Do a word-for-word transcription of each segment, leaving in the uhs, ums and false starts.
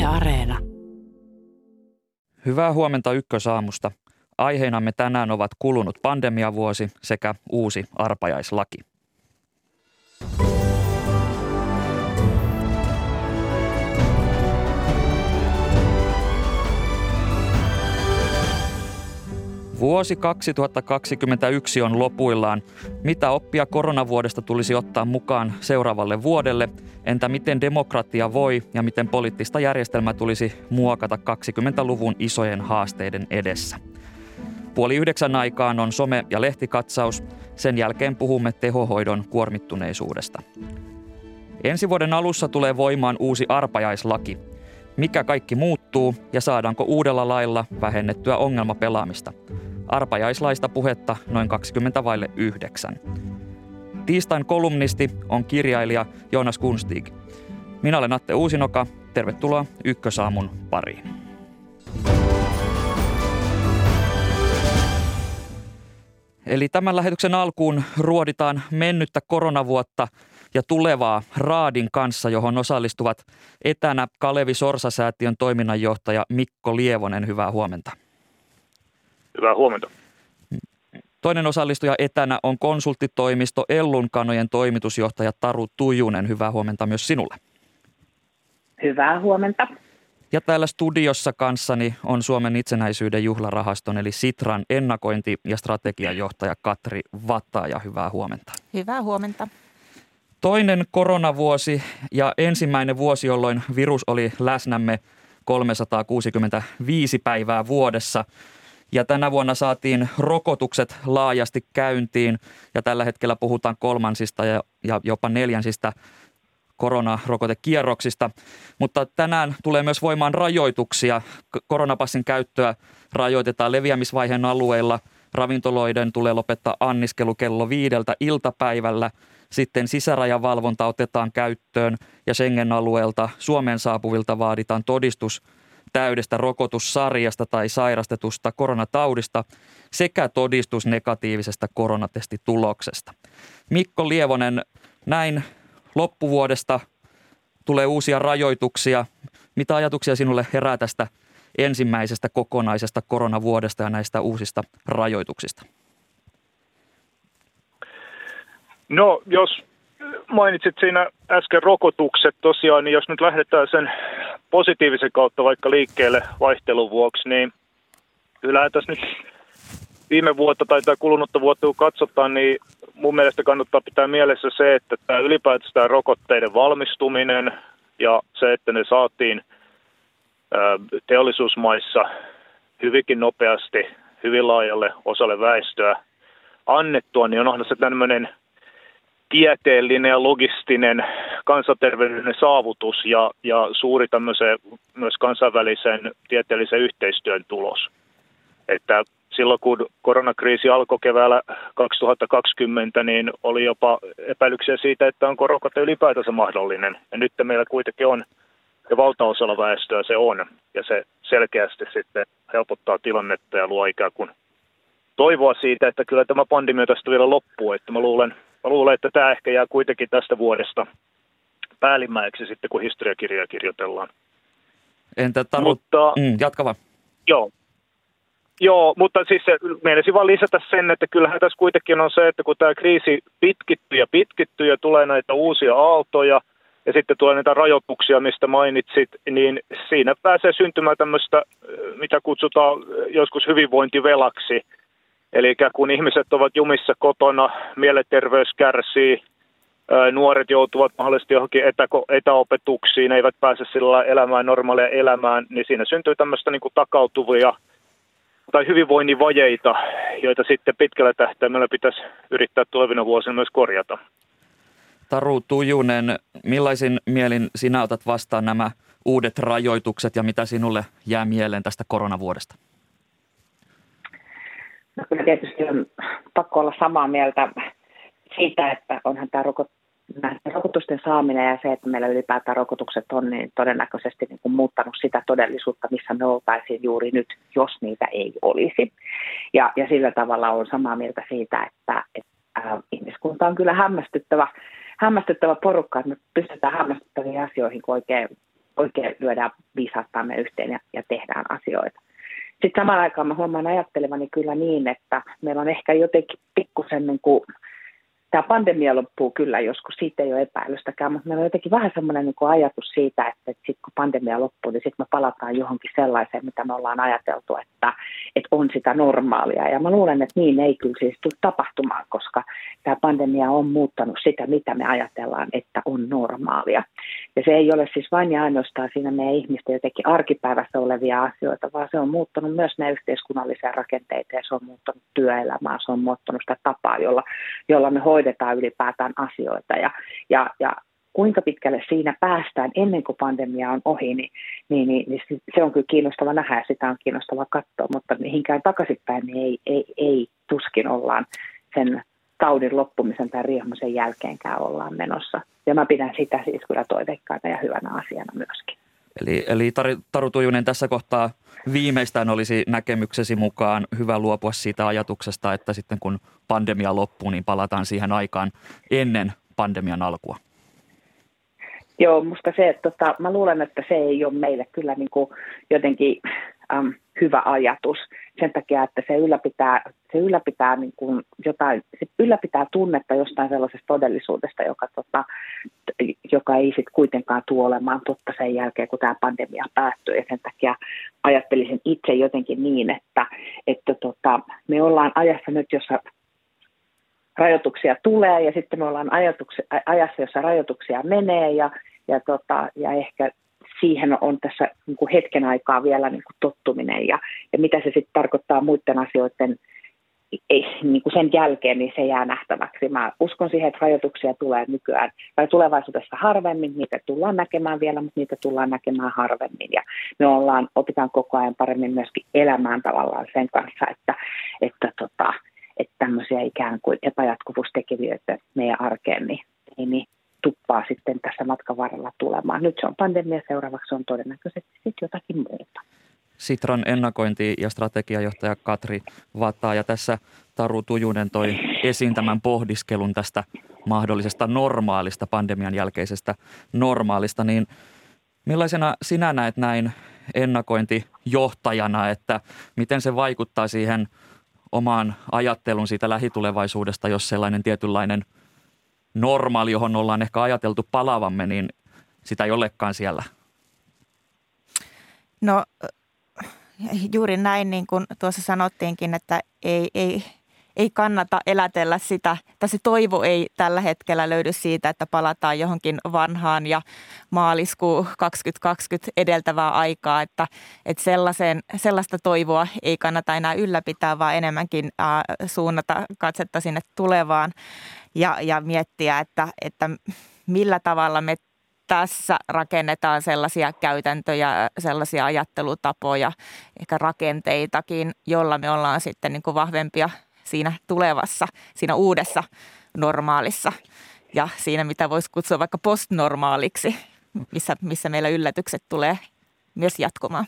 Areena. Hyvää huomenta Ykkösaamusta. Aiheinamme tänään ovat kulunut pandemiavuosi sekä uusi arpajaislaki. Vuosi kaksituhattakaksikymmentäyksi on lopuillaan. Mitä oppia koronavuodesta tulisi ottaa mukaan seuraavalle vuodelle? Entä miten demokratia voi ja miten poliittista järjestelmää tulisi muokata kaksikymmentäluvun isojen haasteiden edessä? Puoli yhdeksän aikaan on some- ja lehtikatsaus. Sen jälkeen puhumme tehohoidon kuormittuneisuudesta. Ensi vuoden alussa tulee voimaan uusi arpajaislaki. Mikä kaikki muuttuu ja saadaanko uudella lailla vähennettyä ongelmapelaamista? Arpajaislaista puhetta noin kaksikymmentä vaille yhdeksän. Tiistain kolumnisti on kirjailija Joonas Kunstig. Minä olen Atte Uusinoka. Tervetuloa Ykkösaamun pariin. Eli tämän lähetyksen alkuun ruoditaan mennyttä koronavuotta ja tulevaa Raadin kanssa, johon osallistuvat etänä Kalevi Sorsa-säätiön toiminnanjohtaja Mikko Lievonen. Hyvää huomenta. Hyvää huomenta. Toinen osallistuja etänä on konsulttitoimisto Ellunkanojen toimitusjohtaja Taru Tujunen. Hyvää huomenta myös sinulle. Hyvää huomenta. Ja täällä studiossa kanssani on Suomen itsenäisyyden juhlarahaston eli Sitran ennakointi- ja strategiajohtaja Katri Vataja. Hyvää huomenta. Hyvää huomenta. Toinen koronavuosi ja ensimmäinen vuosi, jolloin virus oli läsnämme kolmesataakuusikymmentäviisi päivää vuodessa. Ja tänä vuonna saatiin rokotukset laajasti käyntiin ja tällä hetkellä puhutaan kolmansista ja, ja jopa neljänsistä koronarokotekierroksista. Mutta tänään tulee myös voimaan rajoituksia. Koronapassin käyttöä rajoitetaan leviämisvaiheen alueilla. Ravintoloiden tulee lopettaa anniskelu kello viideltä iltapäivällä. Sitten sisärajavalvonta otetaan käyttöön ja Schengen-alueelta Suomeen saapuvilta vaaditaan todistus täydestä rokotussarjasta tai sairastetusta koronataudista sekä todistus negatiivisesta koronatestituloksesta. Mikko Lievonen, näin loppuvuodesta tulee uusia rajoituksia. Mitä ajatuksia sinulle herää tästä ensimmäisestä kokonaisesta koronavuodesta ja näistä uusista rajoituksista? No, jos mainitsit siinä äsken rokotukset tosiaan, niin jos nyt lähdetään sen positiivisen kautta vaikka liikkeelle vaihtelun vuoksi, niin kyllähän tässä nyt viime vuotta tai tämä kulunutta vuotta kun katsotaan, niin mun mielestä kannattaa pitää mielessä se, että tämä ylipäätään tämä rokotteiden valmistuminen ja se, että ne saatiin teollisuusmaissa hyvinkin nopeasti, hyvin laajalle osalle väestöä annettua, niin onhan se tämmöinen tieteellinen ja logistinen kansanterveydellinen saavutus ja, ja suuri tämmöisen myös kansainvälisen tieteellisen yhteistyön tulos. Että silloin kun koronakriisi alkoi keväällä kaksituhattakaksikymmentä, niin oli jopa epäilyksiä siitä, että onko rokote ylipäätänsä mahdollinen. Ja nyt meillä kuitenkin on, ja valtaosalla väestöä se on, ja se selkeästi sitten helpottaa tilannetta ja luo ikään kuin toivoa siitä, että kyllä tämä pandemia tästä vielä loppuu. Että mä luulen, Mä luulen, että tämä ehkä jää kuitenkin tästä vuodesta päällimmäiseksi sitten, kun historiakirjoja kirjoitellaan. Entä Taru? Mutta, mm, jatka vaan. Joo. Joo, mutta siis meinasin vaan lisätä sen, että kyllähän tässä kuitenkin on se, että kun tämä kriisi pitkittyy ja pitkittyy ja tulee näitä uusia aaltoja ja sitten tulee näitä rajoituksia, mistä mainitsit, niin siinä pääsee syntymään tämmöistä, mitä kutsutaan joskus hyvinvointivelaksi. Eli kun ihmiset ovat jumissa kotona, mielenterveys kärsii, nuoret joutuvat mahdollisesti johonkin etä- etäopetuksiin, eivät pääse sillä elämään normaalia elämään, niin siinä syntyy tämmöistä niin kuin takautuvia tai hyvinvoinnin vajeita, joita sitten pitkällä tähtäimellä pitäisi yrittää tulevina vuosina myös korjata. Taru Tujunen, millaisin mielin sinä otat vastaan nämä uudet rajoitukset ja mitä sinulle jää mieleen tästä koronavuodesta? No kyllä tietysti on pakko olla samaa mieltä siitä, että onhan tämä rokot, rokotusten saaminen ja se, että meillä ylipäätään rokotukset on, niin todennäköisesti niin kuin muuttanut sitä todellisuutta, missä me oltaisiin juuri nyt, jos niitä ei olisi. Ja, ja sillä tavalla on samaa mieltä siitä, että, että äh, ihmiskunta on kyllä hämmästyttävä, hämmästyttävä porukka, että me pystytään hämmästyttäviin asioihin, kun oikein, oikein lyödään viisaastamme yhteen ja, ja tehdään asioita. Sitten samaan aikaan mä huomaan ajattelevani kyllä niin, että meillä on ehkä jotenkin pikkusen niin kuin, tämä pandemia loppuu kyllä joskus, siitä ei ole epäilystäkään, mutta meillä on jotenkin vähän semmoinen niin kuin ajatus siitä, että, että sitten kun pandemia loppuu, niin sitten me palataan johonkin sellaiseen, mitä me ollaan ajateltu, että, että on sitä normaalia. Ja mä luulen, että niin ei kyllä siis tule tapahtumaan, koska tämä pandemia on muuttanut sitä, mitä me ajatellaan, että on normaalia. Ja se ei ole siis vain ja ainoastaan siinä meidän ihmisten jotenkin arkipäivässä olevia asioita, vaan se on muuttanut myös meidän yhteiskunnallisia rakenteita ja se on muuttanut työelämää, se on muuttanut sitä tapaa, jolla, jolla me hoidetaan ylipäätään asioita ja, ja, ja kuinka pitkälle siinä päästään ennen kuin pandemia on ohi, niin, niin, niin, niin se on kyllä kiinnostava nähdä ja sitä on kiinnostava katsoa, mutta mihinkään takaisinpäin niin ei, ei, ei tuskin ollaan sen taudin loppumisen tai riehumisen jälkeenkään ollaan menossa. Ja mä pidän sitä siis kyllä toiveikkaana ja hyvänä asiana myöskin. Eli, eli Taru Tujunen, tässä kohtaa viimeistään olisi näkemyksesi mukaan hyvä luopua siitä ajatuksesta, että sitten kun pandemia loppuu, niin palataan siihen aikaan ennen pandemian alkua. Joo, musta se, että tota, mä luulen, että se ei ole meille kyllä niin kuin jotenkin äm, hyvä ajatus sen takia, että se ylläpitää, se ylläpitää, niin kuin jotain, se ylläpitää tunnetta jostain sellaisesta todellisuudesta, joka, tota, joka ei sitten kuitenkaan tule olemaan totta sen jälkeen, kun tämä pandemia päättyy. Ja sen takia ajattelisin itse jotenkin niin, että, että tota, me ollaan ajassa nyt, jossa rajoituksia tulee ja sitten me ollaan ajassa, jossa rajoituksia menee ja, ja, tota, ja ehkä siihen on tässä niin kuin hetken aikaa vielä niin kuin tottuminen ja, ja mitä se sitten tarkoittaa muiden asioiden ei, niin kuin sen jälkeen, niin se jää nähtäväksi. Mä uskon siihen, että rajoituksia tulee nykyään tai tulevaisuudessa harvemmin, niitä tullaan näkemään vielä, mutta niitä tullaan näkemään harvemmin ja me ollaan, opitaan koko ajan paremmin myöskin elämään tavallaan sen kanssa, että, että tota, että tämmöisiä ikään kuin epäjatkuvuustekijöitä meidän arkeen niin, niin tuppaa sitten tässä matkan varrella tulemaan. Nyt se on pandemia, seuraavaksi on todennäköisesti sitten jotakin muuta. Sitran ennakointi- ja strategiajohtaja Katri Vata ja tässä Taru Tujunen toi esiin tämän pohdiskelun tästä mahdollisesta normaalista, pandemian jälkeisestä normaalista, niin millaisena sinä näet näin ennakointijohtajana, että miten se vaikuttaa siihen omaan ajattelun siitä lähitulevaisuudesta, jos sellainen tietynlainen normaali, johon ollaan ehkä ajateltu palavamme, niin sitä ei olekaan siellä? No juuri näin, niin kuin tuossa sanottiinkin, että ei, ei, ei kannata elätellä sitä, tai se toivo ei tällä hetkellä löydy siitä, että palataan johonkin vanhaan ja maaliskuu kaksituhattakaksikymmentä edeltävää aikaa, että, että sellaisen, sellaista toivoa ei kannata enää ylläpitää, vaan enemmänkin äh, suunnata katsetta sinne tulevaan ja, ja miettiä, että, että millä tavalla me tässä rakennetaan sellaisia käytäntöjä, sellaisia ajattelutapoja, ehkä rakenteitakin, jolla me ollaan sitten niin kuin vahvempia siinä tulevassa, siinä uudessa normaalissa ja siinä, mitä voisi kutsua vaikka postnormaaliksi, missä, missä meillä yllätykset tulee myös jatkumaan.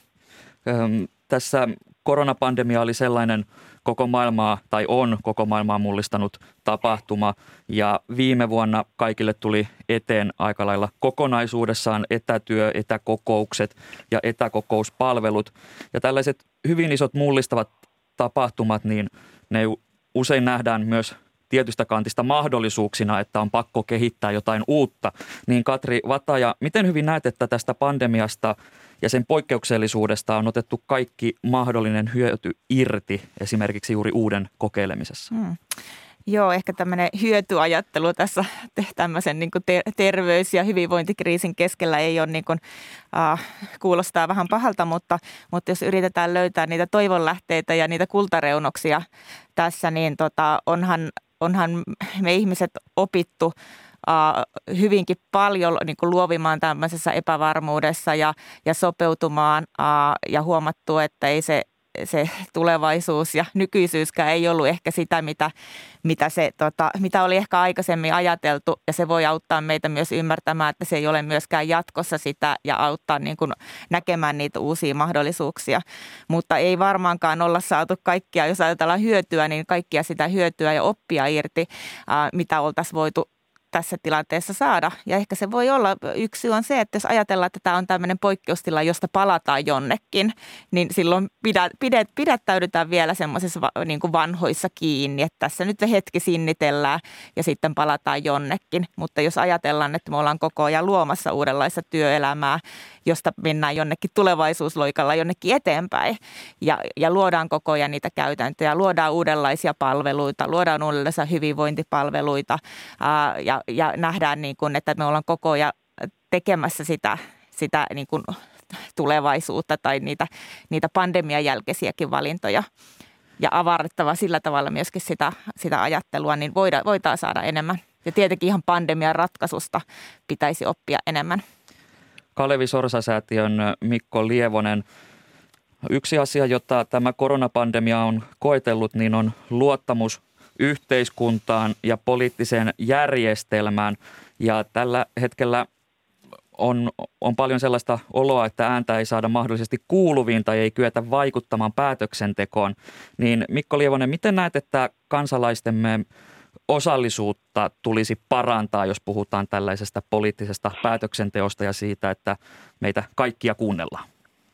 Öm, tässä koronapandemia oli sellainen koko maailmaa tai on koko maailmaa mullistanut tapahtuma ja viime vuonna kaikille tuli eteen aika lailla kokonaisuudessaan etätyö, etäkokoukset ja etäkokouspalvelut ja tällaiset hyvin isot mullistavat tapahtumat, niin ne usein nähdään myös tietystä kantista mahdollisuuksina, että on pakko kehittää jotain uutta. Niin Katri Vataja, miten hyvin näet, että tästä pandemiasta ja sen poikkeuksellisuudesta on otettu kaikki mahdollinen hyöty irti esimerkiksi juuri uuden kokeilemisessa? Hmm. Joo, ehkä tämmöinen hyötyajattelu tässä tämmöisen niin kuin terveys- ja hyvinvointikriisin keskellä ei ole niin kuin, äh, kuulostaa vähän pahalta, mutta, mutta jos yritetään löytää niitä toivonlähteitä ja niitä kultareunoksia tässä, niin tota, onhan, onhan me ihmiset opittu Uh, hyvinkin paljon niin kuin luovimaan tämmöisessä epävarmuudessa ja, ja sopeutumaan uh, ja huomattu, että ei se, se tulevaisuus ja nykyisyyskään ei ollut ehkä sitä, mitä, mitä, se, tota, mitä oli ehkä aikaisemmin ajateltu ja se voi auttaa meitä myös ymmärtämään, että se ei ole myöskään jatkossa sitä ja auttaa niin kuin näkemään niitä uusia mahdollisuuksia, mutta ei varmaankaan olla saatu kaikkia, jos ajatellaan hyötyä, niin kaikkia sitä hyötyä ja oppia irti, uh, mitä oltaisiin voitu tässä tilanteessa saada. Ja ehkä se voi olla, yksi on se, että jos ajatellaan, että tämä on tämmöinen poikkeustila, josta palataan jonnekin, niin silloin pidät, pidät, pidättäydytään vielä semmoisissa niin kuin vanhoissa kiinni, että tässä nyt hetki sinnitellään ja sitten palataan jonnekin. Mutta jos ajatellaan, että me ollaan koko ajan luomassa uudenlaista työelämää, josta mennään jonnekin tulevaisuusloikalla jonnekin eteenpäin ja, ja luodaan koko ajan niitä käytäntöjä, luodaan uudenlaisia palveluita, luodaan uudenlaisia hyvinvointipalveluita ää, ja, ja nähdään, niin kuin, että me ollaan koko ajan tekemässä sitä, sitä niin kuin tulevaisuutta tai niitä, niitä pandemian jälkeisiäkin valintoja ja avarrettava sillä tavalla myöskin sitä, sitä ajattelua, niin voidaan, voidaan saada enemmän. Ja tietenkin ihan pandemian ratkaisusta pitäisi oppia enemmän. Kalevi Sorsa-säätiön Mikko Lievonen. Yksi asia, jota tämä koronapandemia on koetellut, niin on luottamus yhteiskuntaan ja poliittiseen järjestelmään. Ja tällä hetkellä on, on paljon sellaista oloa, että ääntä ei saada mahdollisesti kuuluviin tai ei kyetä vaikuttamaan päätöksentekoon. Niin Mikko Lievonen, miten näet, että kansalaistemme osallisuutta tulisi parantaa, jos puhutaan tällaisesta poliittisesta päätöksenteosta ja siitä, että meitä kaikkia kuunnellaan?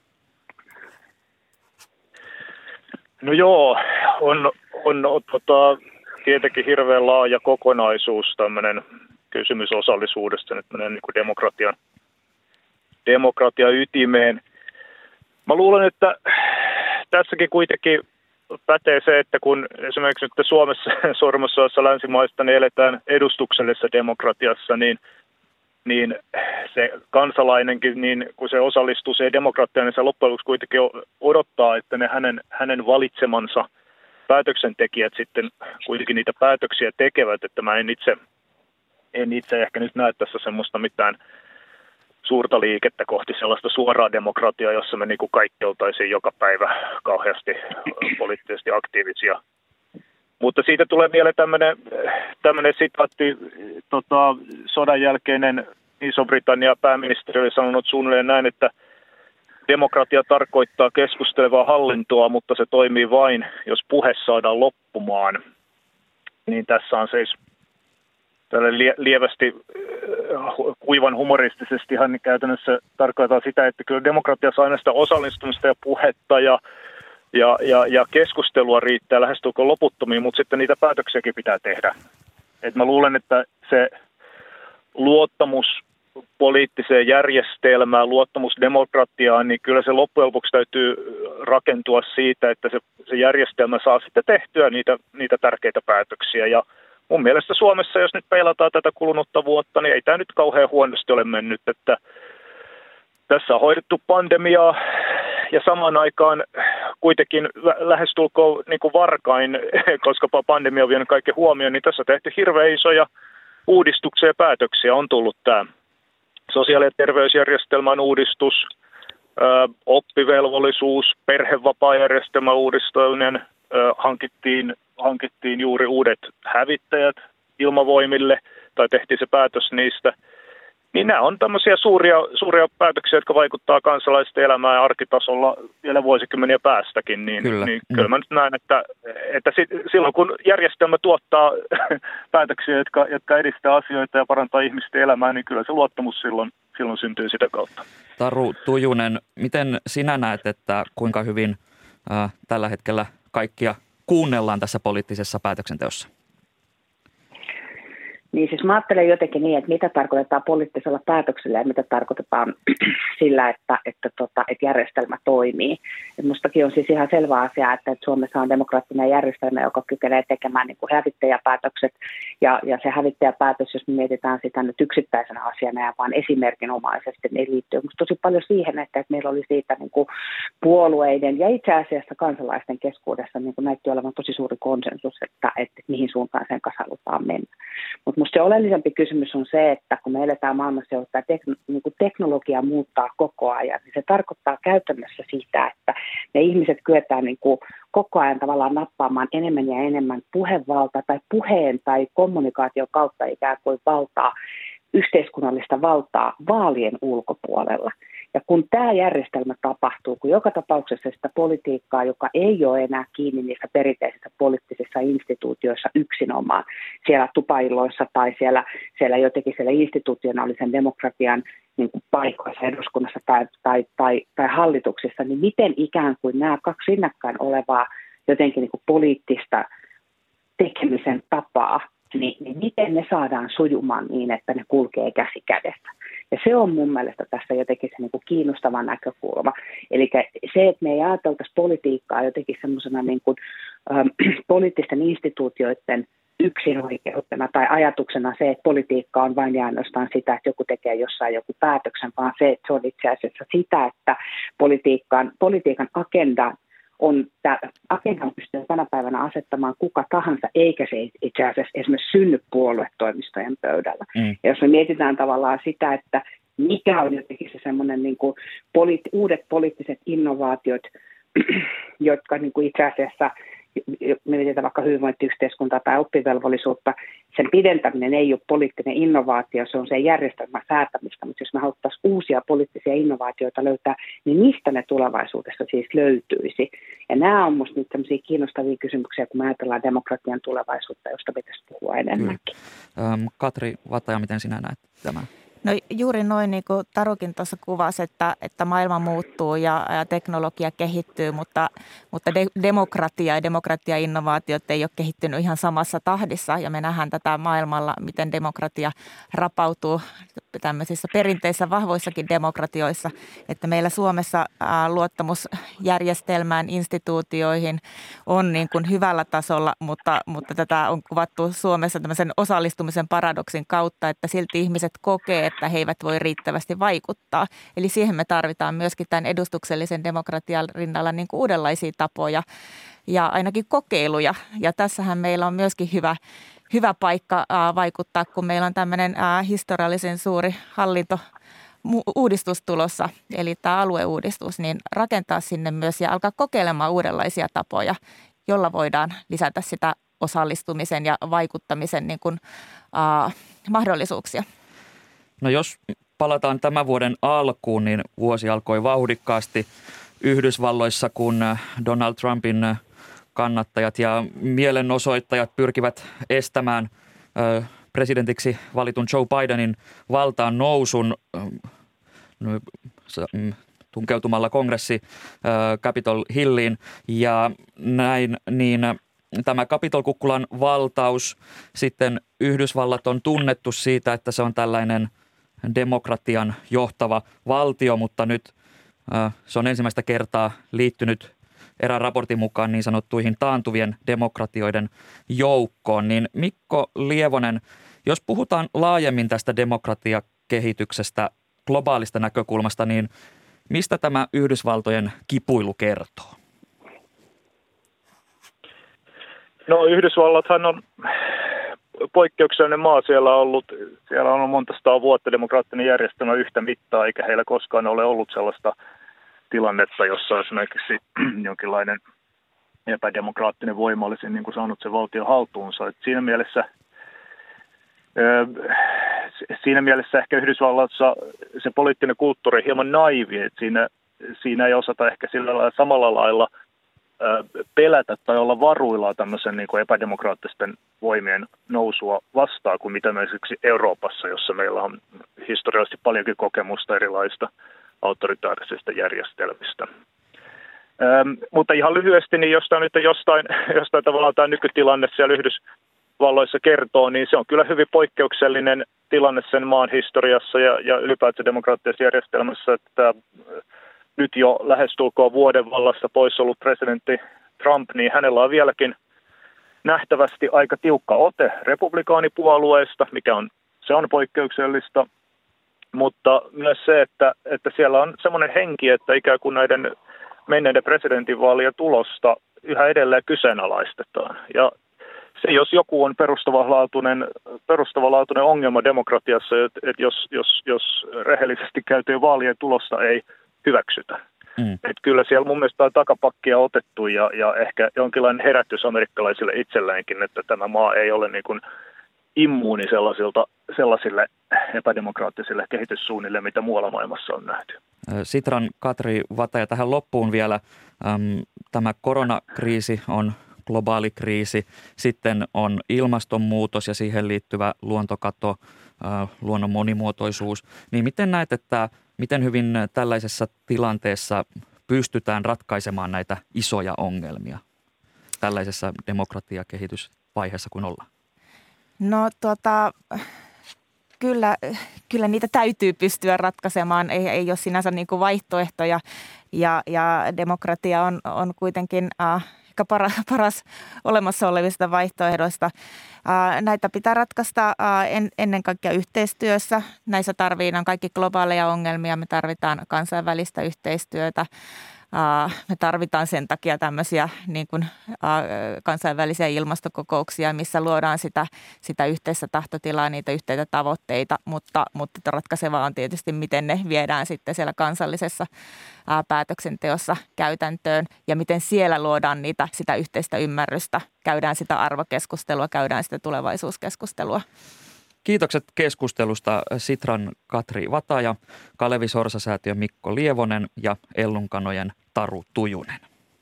No joo, on, on, on tota, tietenkin hirveän laaja kokonaisuus tämmöinen kysymys osallisuudesta, nyt menee niin kuin demokratian, demokratian ytimeen. Mä luulen, että tässäkin kuitenkin pätee se, että kun esimerkiksi nyt Suomessa suurimmassa osassa länsimaista niin eletään edustuksellisessa demokratiassa, niin, niin se kansalainenkin, niin kun se osallistuu siihen demokratiaan, niin se loppujen lopuksi kuitenkin odottaa, että ne hänen, hänen valitsemansa päätöksentekijät sitten kuitenkin niitä päätöksiä tekevät, että mä en itse, en itse ehkä nyt näe tässä semmoista mitään suurta liikettä kohti sellaista suoraa demokratiaa, jossa me niin kuin kaikki oltaisiin joka päivä kauheasti poliittisesti aktiivisia. Mutta siitä tulee vielä tämmöinen, tämmöinen sitaatti, tota, sodan jälkeinen Iso-Britannia pääministeri oli sanonut suunnilleen näin, että demokratia tarkoittaa keskustelevaa hallintoa, mutta se toimii vain, jos puhe saadaan loppumaan. Niin tässä on siis tälle lievästi kuivan humoristisestihan käytännössä tarkoittaa sitä, että kyllä demokratiassa aina sitä osallistumista ja puhetta ja, ja, ja, ja keskustelua riittää lähestulkoon loputtomiin, mutta sitten niitä päätöksiäkin pitää tehdä. Et mä luulen, että se luottamus poliittiseen järjestelmään, luottamus demokratiaan, niin kyllä se loppujen lopuksi täytyy rakentua siitä, että se, se järjestelmä saa sitten tehtyä niitä, niitä tärkeitä päätöksiä. Ja mun mielestä Suomessa, jos nyt peilataan tätä kulunutta vuotta, niin ei tämä nyt kauhean huonosti ole mennyt, että tässä on hoidettu pandemiaa ja samaan aikaan kuitenkin lähestulkoon niin kuin varkain, koska pandemia on vienyt kaiken huomioon, niin tässä on tehty hirveän isoja uudistuksia ja päätöksiä. On tullut tämä sosiaali- ja terveysjärjestelmän uudistus, oppivelvollisuus, perhevapaajärjestelmän uudistaminen, hankittiin, hankittiin juuri uudet hävittäjät ilmavoimille, tai tehtiin se päätös niistä. Niin nämä on tämmöisiä suuria, suuria päätöksiä, jotka vaikuttaa kansalaisten elämään ja arkitasolla vielä vuosikymmeniä päästäkin. Niin kyllä, niin kyllä mä nyt näen, että, että silloin kun järjestelmä tuottaa päätöksiä, jotka, jotka edistää asioita ja parantaa ihmisten elämää, niin kyllä se luottamus silloin, silloin syntyy sitä kautta. Taru Tujunen, miten sinä näet, että kuinka hyvin äh, tällä hetkellä kaikkia kuunnellaan tässä poliittisessa päätöksenteossa? Niin siis mä ajattelen jotenkin niin, että mitä tarkoitetaan poliittisella päätöksellä ja mitä tarkoitetaan sillä, että, että, tota, että järjestelmä toimii. Et mustakin on siis ihan selvä asia, että, että Suomessa on demokraattinen järjestelmä, joka kykenee tekemään niin kuin hävittäjäpäätökset. Ja, ja se hävittäjäpäätös, jos me mietitään sitä nyt yksittäisenä asiana ja vaan esimerkinomaisesti, niin liittyy musta tosi paljon siihen, että, että meillä oli siitä niin kuin puolueiden ja itse asiassa kansalaisten keskuudessa niin kuin näytti olevan tosi suuri konsensus, että, että mihin suuntaan sen kanssa halutaan mennä. Mutta minusta se oleellisempi kysymys on se, että kun me eletään maailmassa, jossa tekn, niin kuin teknologia muuttaa koko ajan, niin se tarkoittaa käytännössä sitä, että ne ihmiset kyetään niin kuin koko ajan tavallaan nappaamaan enemmän ja enemmän puhevaltaa tai puheen tai kommunikaation kautta ikään kuin valtaa, yhteiskunnallista valtaa vaalien ulkopuolella. Ja kun tämä järjestelmä tapahtuu, kun joka tapauksessa sitä politiikkaa, joka ei ole enää kiinni niissä perinteisissä poliittisissa instituutioissa yksinomaan, siellä tupailloissa tai siellä, siellä jotenkin siellä institutionaalisen demokratian niin kuin paikoissa eduskunnassa tai, tai, tai, tai hallituksissa, niin miten ikään kuin nämä kaksi rinnakkain olevaa jotenkin niin kuin poliittista tekemisen tapaa, niin, niin miten ne saadaan sujumaan niin, että ne kulkee käsi kädessä. Ja se on mun mielestä tässä jotenkin se niin kuin kiinnostava näkökulma. Eli se, että me ei ajateltaisi politiikkaa jotenkin semmoisena niin kuin, ähm, poliittisten instituutioiden yksinoikeutena tai ajatuksena se, että politiikka on vain ja ainoastaan sitä, että joku tekee jossain joku päätöksen, vaan se, että se on itse asiassa sitä, että politiikan, politiikan agenda on, tämä agendan pystyy tänä päivänä asettamaan kuka tahansa, eikä se itse asiassa esimerkiksi synny puoluetoimistojen pöydällä. Mm. Ja jos me mietitään tavallaan sitä, että mikä on jotenkin se semmoinen niin kuin poliitt- uudet poliittiset innovaatiot, jotka niin kuin itse asiassa, me mietitään vaikka hyvinvointiyhteiskuntaa tai oppivelvollisuutta, sen pidentäminen ei ole poliittinen innovaatio, se on se järjestelmän säätämistä, mutta jos me haluttaisiin uusia poliittisia innovaatioita löytää, niin mistä ne tulevaisuudessa siis löytyisi? Ja nämä on minusta nyt sellaisia kiinnostavia kysymyksiä, kun me ajatellaan demokratian tulevaisuutta, josta pitäisi puhua enemmänkin. Ähm, Katri Vataja, miten sinä näet tämän? No juuri noin, niin kuin Tarukin tuossa kuvasi, että, että maailma muuttuu ja, ja teknologia kehittyy, mutta, mutta de, demokratia ja demokratia-innovaatiot ei ole kehittynyt ihan samassa tahdissa. Ja me nähdään tätä maailmalla, miten demokratia rapautuu tämmöisissä perinteissä vahvoissakin demokratioissa. Että meillä Suomessa ää, luottamusjärjestelmään, instituutioihin on niin kuin hyvällä tasolla, mutta, mutta tätä on kuvattu Suomessa tämmöisen osallistumisen paradoksin kautta, että silti ihmiset kokee, että he eivät voi riittävästi vaikuttaa. Eli siihen me tarvitaan myöskin tämän edustuksellisen demokratian rinnalla niin kuin uudenlaisia tapoja ja ainakin kokeiluja. Ja tässähän meillä on myöskin hyvä, hyvä paikka ää, vaikuttaa, kun meillä on tämmöinen ää, historiallisen suuri hallinto uudistus tulossa, eli tämä alueuudistus, niin rakentaa sinne myös ja alkaa kokeilemaan uudenlaisia tapoja, jolla voidaan lisätä sitä osallistumisen ja vaikuttamisen niin kuin, ää, mahdollisuuksia. No jos palataan tämän vuoden alkuun, niin vuosi alkoi vauhdikkaasti Yhdysvalloissa, kun Donald Trumpin kannattajat ja mielenosoittajat pyrkivät estämään presidentiksi valitun Joe Bidenin valtaan nousun tunkeutumalla kongressi Capitol Hilliin ja näin, niin tämä Capitol-kukkulan valtaus, sitten Yhdysvallat on tunnettu siitä, että se on tällainen demokratian johtava valtio, mutta nyt äh, se on ensimmäistä kertaa liittynyt erään raportin mukaan niin sanottuihin taantuvien demokratioiden joukkoon. Niin Mikko Lievonen, jos puhutaan laajemmin tästä demokratiakehityksestä globaalista näkökulmasta, niin mistä tämä Yhdysvaltojen kipuilu kertoo? No Yhdysvallathan on poikkeuksellinen maa, siellä on ollut, siellä on monta sataa vuotta demokraattinen järjestelmä yhtä mittaa, eikä heillä koskaan ole ollut sellaista tilannetta, jossa esimerkiksi jonkinlainen epädemokraattinen voima olisi niin kuin saanut sen valtion haltuunsa. Et siinä mielessä, siinä mielessä ehkä Yhdysvalloissa se poliittinen kulttuuri on hieman naivi, että siinä, siinä ei osata ehkä sillä lailla, samalla lailla pelätä tai olla varuillaan tämmöisen niin kuin epädemokraattisten voimien nousua vastaan kuin mitä esimerkiksi Euroopassa, jossa meillä on historiallisesti paljonkin kokemusta erilaista autoritaarisista järjestelmistä. Ähm, mutta ihan lyhyesti, niin jostain, nyt jostain, jostain tavallaan tämä nykytilanne siellä Yhdysvalloissa kertoo, niin se on kyllä hyvin poikkeuksellinen tilanne sen maan historiassa ja, ja ylipäätään demokraattisessa järjestelmässä, että nyt jo lähestulkoon vuoden vallassa pois ollut presidentti Trump, niin hänellä on vieläkin nähtävästi aika tiukka ote republikaanipuolueesta, mikä on, se on poikkeuksellista, mutta myös se, että, että siellä on semmoinen henki, että ikään kuin näiden menneiden presidentinvaalien tulosta yhä edelleen kyseenalaistetaan. Ja se, jos joku on perustavanlaatuinen, perustavanlaatuinen ongelma demokratiassa, että, että jos, jos, jos rehellisesti käytyjen vaalien tulosta ei hyväksytä. Mm. Että kyllä siellä mun mielestä on takapakkia otettu ja, ja ehkä jonkinlainen herätys amerikkalaisille itselleenkin, että tämä maa ei ole niin kuin immuuni sellaisilta, sellaisille epädemokraattisille kehityssuunnille, mitä muualla maailmassa on nähty. Sitran Katri Vataja, tähän loppuun vielä. Tämä koronakriisi on globaali kriisi, sitten on ilmastonmuutos ja siihen liittyvä luontokato, luonnon monimuotoisuus. Niin miten näet, että miten hyvin tällaisessa tilanteessa pystytään ratkaisemaan näitä isoja ongelmia tällaisessa demokratiakehitysvaiheessa kuin ollaan? No tota, kyllä, kyllä niitä täytyy pystyä ratkaisemaan. Ei, ei ole sinänsä niin kuin vaihtoehtoja ja, ja demokratia on, on kuitenkin äh, ehkä paras, paras olemassa olevista vaihtoehdoista. Äh, näitä pitää ratkaista äh, en, ennen kaikkea yhteistyössä. Näissä tarvitaan kaikki globaaleja ongelmia. Me tarvitaan kansainvälistä yhteistyötä. Me tarvitaan sen takia tämmöisiä niin kuin, kansainvälisiä ilmastokokouksia, missä luodaan sitä, sitä yhteistä tahtotilaa, niitä yhteitä tavoitteita, mutta, mutta ratkaisevaa on tietysti, miten ne viedään sitten siellä kansallisessa päätöksenteossa käytäntöön ja miten siellä luodaan niitä, sitä yhteistä ymmärrystä, käydään sitä arvokeskustelua, käydään sitä tulevaisuuskeskustelua. Kiitokset keskustelusta Sitran Katri Vataja, Kalevi Sorsa-säätiön Mikko Lievonen ja Ellunkanojen Taru Tujunen.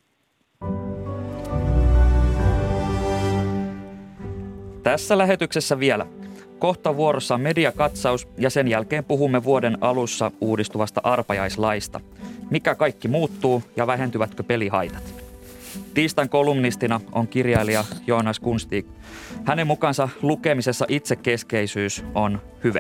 Tässä lähetyksessä vielä. Kohta vuorossa on mediakatsaus ja sen jälkeen puhumme vuoden alussa uudistuvasta arpajaislaista. Mikä kaikki muuttuu ja vähentyvätkö pelihaitat? Tiistain kolumnistina on kirjailija Joonas Kunstig. Hänen mukaansa lukemisessa itsekeskeisyys on hyve.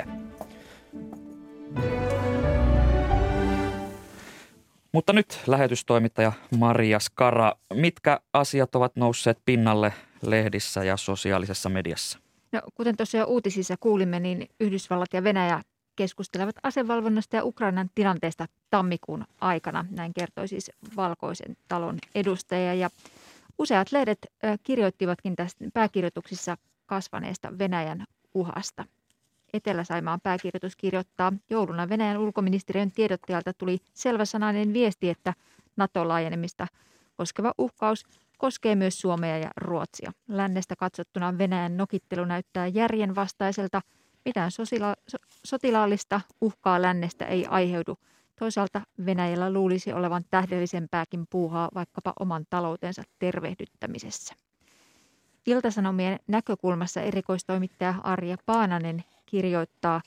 Mutta nyt lähetystoimittaja Maria Skara. Mitkä asiat ovat nousseet pinnalle lehdissä ja sosiaalisessa mediassa? No, kuten tosiaan uutisissa kuulimme, niin Yhdysvallat ja Venäjä keskustelevat asevalvonnasta ja Ukrainan tilanteesta tammikuun aikana. Näin kertoi siis Valkoisen talon edustaja. Ja useat lehdet kirjoittivatkin tästä pääkirjoituksissa kasvaneesta Venäjän uhasta. Etelä-Saimaan pääkirjoitus kirjoittaa, jouluna Venäjän ulkoministeriön tiedottajalta tuli selväsanainen viesti, että NATO-laajenemista koskeva uhkaus koskee myös Suomea ja Ruotsia. Lännestä katsottuna Venäjän nokittelu näyttää järjenvastaiselta. Mitään sosila- sotilaallista uhkaa lännestä ei aiheudu. Toisaalta Venäjällä luulisi olevan tähdellisempääkin puuhaa vaikkapa oman taloutensa tervehdyttämisessä. Ilta-Sanomien näkökulmassa erikoistoimittaja Arja Paananen kirjoittaa,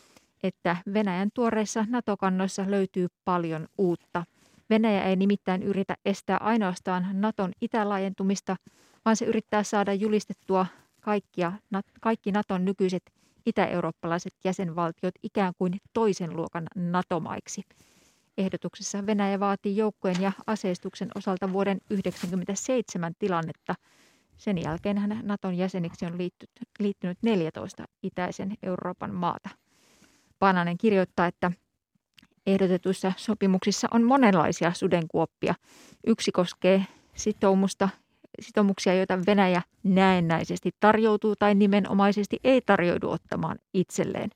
että Venäjän tuoreissa NATO-kannoissa löytyy paljon uutta. Venäjä ei nimittäin yritä estää ainoastaan Naton itälaajentumista, vaan se yrittää saada julistettua kaikkia, kaikki Naton nykyiset itä-eurooppalaiset jäsenvaltiot ikään kuin toisen luokan NATO-maiksi. Ehdotuksessa Venäjä vaatii joukkojen ja aseistuksen osalta vuoden yhdeksänkymmentäseitsemän tilannetta. Sen jälkeen Naton jäseniksi on liittynyt neljätoista itäisen Euroopan maata. Paananen kirjoittaa, että ehdotetuissa sopimuksissa on monenlaisia sudenkuoppia. Yksi koskee sitoumusta, sitoumuksia, joita Venäjä näennäisesti tarjoutuu tai nimenomaisesti ei tarjoudu ottamaan itselleen.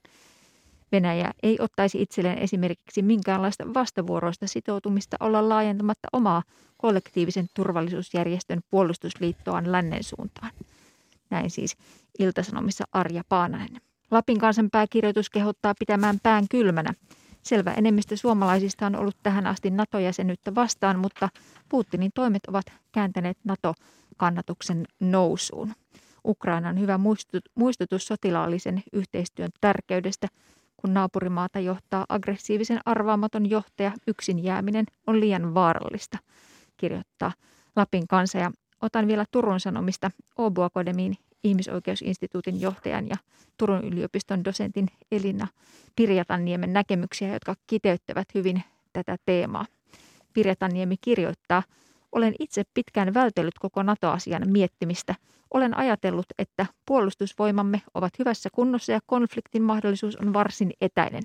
Venäjä ei ottaisi itselleen esimerkiksi minkäänlaista vastavuoroista sitoutumista olla laajentamatta omaa kollektiivisen turvallisuusjärjestön puolustusliittoaan lännen suuntaan. Näin siis Ilta-Sanomissa Arja Paananen. Lapin kansan pääkirjoitus kehottaa pitämään pään kylmänä. Selvä enemmistö suomalaisista on ollut tähän asti NATO-jäsenyyttä vastaan, mutta Putinin toimet ovat kääntäneet NATO-kannatuksen nousuun. Ukraina on hyvä muistutus sotilaallisen yhteistyön tärkeydestä. Kun naapurimaata johtaa aggressiivisen arvaamaton johtaja, yksin jääminen on liian vaarallista, kirjoittaa Lapin kansa. Ja otan vielä Turun Sanomista Åbo Akademin ihmisoikeusinstituutin johtajan ja Turun yliopiston dosentin Elina Pirjatanniemen näkemyksiä, jotka kiteyttävät hyvin tätä teemaa. Pirjatanniemi kirjoittaa, olen itse pitkään vältellyt koko NATO-asian miettimistä. Olen ajatellut, että puolustusvoimamme ovat hyvässä kunnossa ja konfliktin mahdollisuus on varsin etäinen.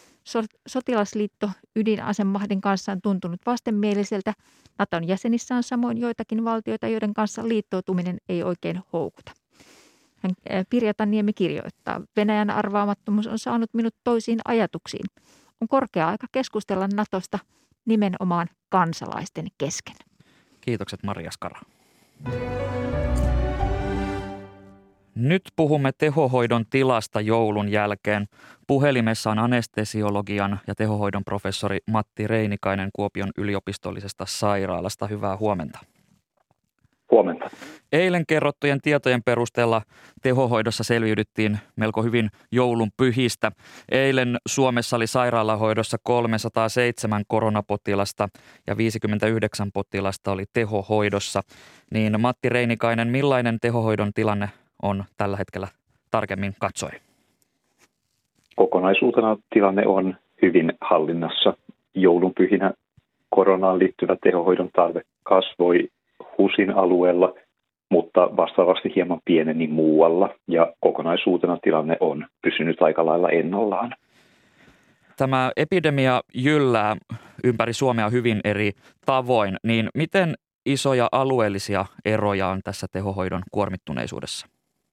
Sotilasliitto ydinasemahdin kanssa on tuntunut vastenmieliseltä. Naton jäsenissä on samoin joitakin valtioita, joiden kanssa liittoutuminen ei oikein houkuta. Hän, Pirjataniemi kirjoittaa, Venäjän arvaamattomuus on saanut minut toisiin ajatuksiin. On korkea aika keskustella Natosta nimenomaan kansalaisten kesken. Kiitokset Maria Skara. Nyt puhumme tehohoidon tilasta joulun jälkeen. Puhelimessa on anestesiologian ja tehohoidon professori Matti Reinikainen Kuopion yliopistollisesta sairaalasta. Hyvää huomenta. Huomenta. Eilen kerrottujen tietojen perusteella tehohoidossa selviydyttiin melko hyvin joulun pyhistä. Eilen Suomessa oli sairaalahoidossa kolmesataaseitsemän koronapotilasta ja viisikymmentäyhdeksän potilasta oli tehohoidossa. Niin Matti Reinikainen, millainen tehohoidon tilanne on tällä hetkellä tarkemmin katsoen? Kokonaisuutena tilanne on hyvin hallinnassa. Joulunpyhinä koronaan liittyvä tehohoidon tarve kasvoi HUSin alueella, mutta vastaavasti hieman pieneni muualla ja kokonaisuutena tilanne on pysynyt aika lailla ennallaan. Tämä epidemia jyllää ympäri Suomea hyvin eri tavoin, niin miten isoja alueellisia eroja on tässä tehohoidon kuormittuneisuudessa?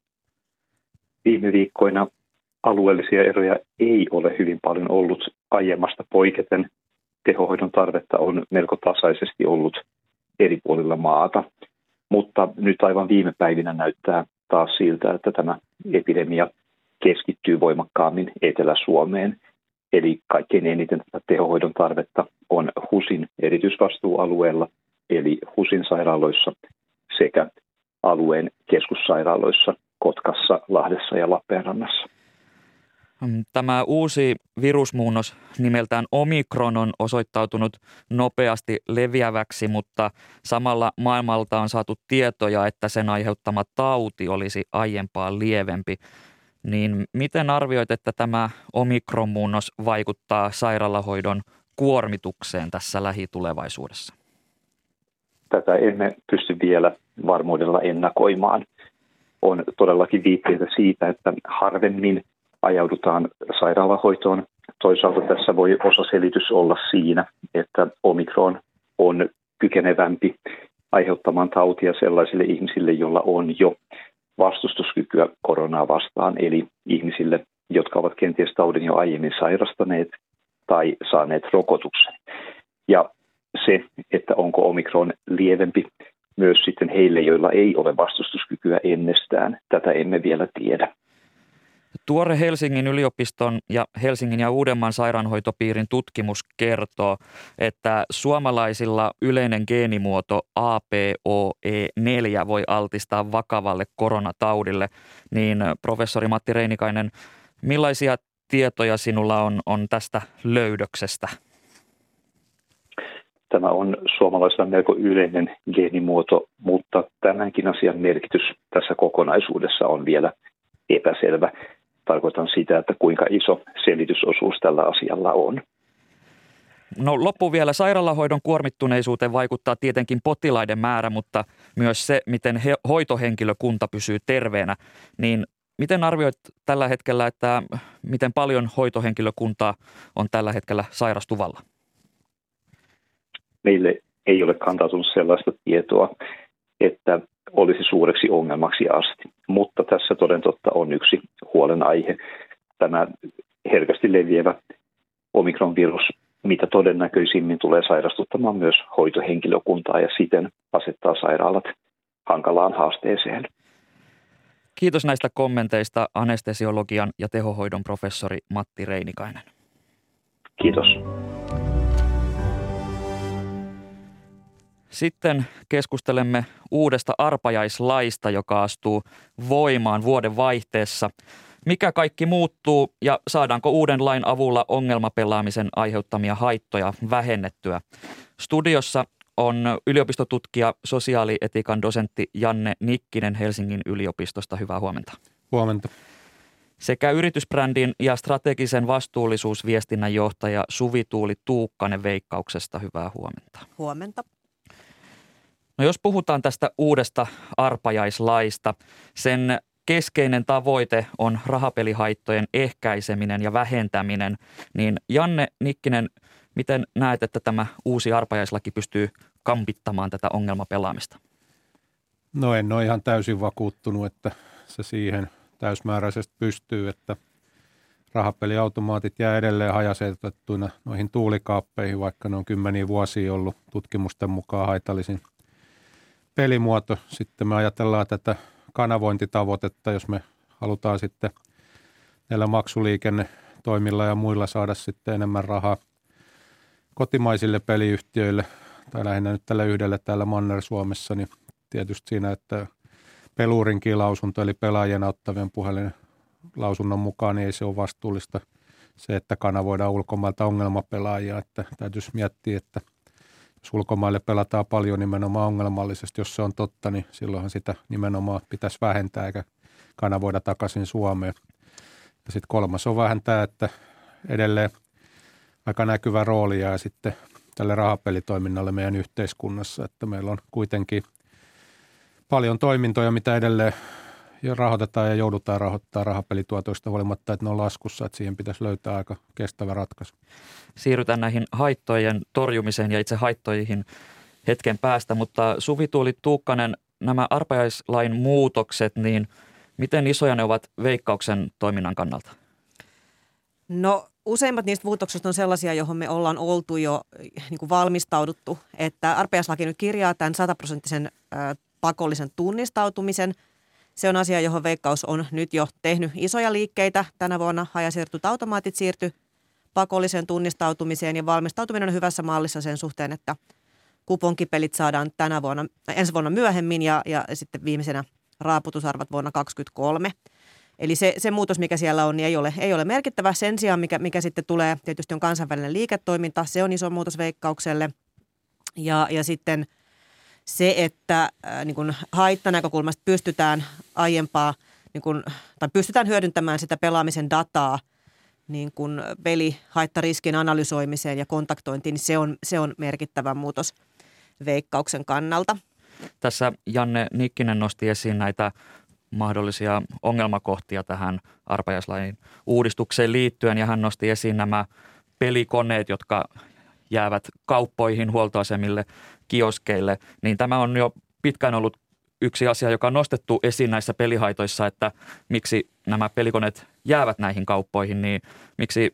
Viime viikkoina alueellisia eroja ei ole hyvin paljon ollut aiemmasta poiketen. Tehohoidon tarvetta on melko tasaisesti ollut eri puolilla maata, mutta nyt aivan viime päivinä näyttää taas siltä, että tämä epidemia keskittyy voimakkaammin Etelä-Suomeen. Eli kaikkein eniten tätä tehohoidon tarvetta on HUSin erityisvastuualueella, eli HUSin sairaaloissa sekä alueen keskussairaaloissa Kotkassa, Lahdessa ja Lappeenrannassa. Tämä uusi virusmuunnos nimeltään Omikron on osoittautunut nopeasti leviäväksi, mutta samalla maailmalta on saatu tietoja, että sen aiheuttama tauti olisi aiempaa lievempi. Niin miten arvioit, että tämä Omikron-muunnos vaikuttaa sairaalahoidon kuormitukseen tässä lähitulevaisuudessa? Tätä emme pysty vielä varmuudella ennakoimaan. On todellakin viitteitä siitä, että harvemmin ajaudutaan sairaalahoitoon. Toisaalta tässä voi osaselitys olla siinä, että Omikron on kykenevämpi aiheuttamaan tautia sellaisille ihmisille, joilla on jo vastustuskykyä koronaa vastaan, eli ihmisille, jotka ovat kenties taudin jo aiemmin sairastaneet tai saaneet rokotuksen. Ja se, että onko Omikron lievempi myös sitten heille, joilla ei ole vastustuskykyä ennestään, tätä emme vielä tiedä. Tuore Helsingin yliopiston ja Helsingin ja Uudenmaan sairaanhoitopiirin tutkimus kertoo, että suomalaisilla yleinen geenimuoto A P O E neljä voi altistaa vakavalle koronataudille. Niin professori Matti Reinikainen, millaisia tietoja sinulla on, on tästä löydöksestä? Tämä on suomalaisilla melko yleinen geenimuoto, mutta tämänkin asian merkitys tässä kokonaisuudessa on vielä epäselvä. Tarkoitan sitä, että kuinka iso selitysosuus tällä asialla on. No loppu vielä. Sairaalahoidon kuormittuneisuuteen vaikuttaa tietenkin potilaiden määrä, mutta myös se, miten he, hoitohenkilökunta pysyy terveenä. Niin miten arvioit tällä hetkellä, että miten paljon hoitohenkilökuntaa on tällä hetkellä sairastuvalla? Meille ei ole kantautunut sellaista tietoa, että olisi suureksi ongelmaksi asti. Mutta tässä toden totta on yksi huolenaihe. Tämä herkästi leviävä Omikron-virus, mitä todennäköisimmin tulee sairastuttamaan myös hoitohenkilökuntaa ja siten asettaa sairaalat hankalaan haasteeseen. Kiitos näistä kommenteista anestesiologian ja tehohoidon professori Matti Reinikainen. Kiitos. Sitten keskustelemme uudesta arpajaislaista, joka astuu voimaan vuoden vaihteessa. Mikä kaikki muuttuu ja saadaanko uuden lain avulla ongelmapelaamisen aiheuttamia haittoja vähennettyä? Studiossa on yliopistotutkija, sosiaalietiikan dosentti Janne Nikkinen Helsingin yliopistosta. Hyvää huomenta. Huomenta. Sekä yritysbrändin ja strategisen vastuullisuusviestinnän johtaja Suvi-Tuuli Tuukkanen Veikkauksesta. Hyvää huomenta. Huomenta. No jos puhutaan tästä uudesta arpajaislaista, sen keskeinen tavoite on rahapelihaittojen ehkäiseminen ja vähentäminen, niin Janne Nikkinen, miten näet, että tämä uusi arpajaislaki pystyy kampittamaan tätä ongelmapelaamista? No en ole ihan täysin vakuuttunut, että se siihen täysmääräisesti pystyy, että rahapeliautomaatit jää edelleen hajasetettuina noihin tuulikaappeihin, vaikka ne on kymmeniä vuosia ollut tutkimusten mukaan haitallisin pelimuoto. Sitten me ajatellaan tätä kanavointitavoitetta, jos me halutaan sitten näillä maksuliikennetoimilla ja muilla saada sitten enemmän rahaa kotimaisille peliyhtiöille, tai lähinnä nyt tällä yhdellä täällä Manner-Suomessa, niin tietysti siinä, että pelurin lausunto, eli pelaajien auttavien puhelin lausunnon mukaan, niin ei se ole vastuullista se, että kanavoidaan ulkomailta ongelmapelaajia, että täytyisi miettiä, että jos ulkomaille pelataan paljon nimenomaan ongelmallisesti, jos se on totta, niin silloinhan sitä nimenomaan pitäisi vähentää eikä kanavoida takaisin Suomeen. Ja sitten kolmas on vähän tämä, että edelleen aika näkyvä rooli jää sitten tälle rahapelitoiminnalle meidän yhteiskunnassa, että meillä on kuitenkin paljon toimintoja, mitä edelleen rahoitetaan ja joudutaan rahoittamaan rahapelituotoista huolimatta, että ne on laskussa, että siihen pitäisi löytää aika kestävä ratkaisu. Siirrytään näihin haittojen torjumiseen ja itse haittoihin hetken päästä, mutta Suvi Tuuli Tuukkanen, nämä arpajaislain muutokset, niin miten isoja ne ovat Veikkauksen toiminnan kannalta? No useimmat niistä muutoksista on sellaisia, johon me ollaan oltu jo niin kuin valmistauduttu, että arpajaislaki nyt kirjaa tämän sataprosenttisen pakollisen tunnistautumisen. Se on asia, johon Veikkaus on nyt jo tehnyt isoja liikkeitä. Tänä vuonna hajasiirtyt automaatit siirtyi pakolliseen tunnistautumiseen ja valmistautuminen on hyvässä mallissa sen suhteen, että kuponkipelit saadaan tänä vuonna, ensi vuonna myöhemmin ja, ja sitten viimeisenä raaputusarvat vuonna kaksikymmentäkolme. Eli se, se muutos, mikä siellä on, niin ei ole, ei ole merkittävä. Sen sijaan, mikä, mikä sitten tulee, tietysti on kansainvälinen liiketoiminta. Se on iso muutos Veikkaukselle. Ja, ja sitten se, että äh, niin kuin haittanäkökulmasta pystytään aiempaa, niin kuin, tai pystytään hyödyntämään sitä pelaamisen dataa niin kuin pelihaittariskin analysoimiseen ja kontaktointiin, niin se on, se on merkittävä muutos Veikkauksen kannalta. Tässä Janne Nikkinen nosti esiin näitä mahdollisia ongelmakohtia tähän arpajaislain uudistukseen liittyen ja hän nosti esiin nämä pelikoneet, jotka jäävät kauppoihin, huoltoasemille, kioskeille, niin tämä on jo pitkään ollut yksi asia, joka on nostettu esiin näissä pelihaitoissa, että miksi nämä pelikoneet jäävät näihin kauppoihin, niin miksi,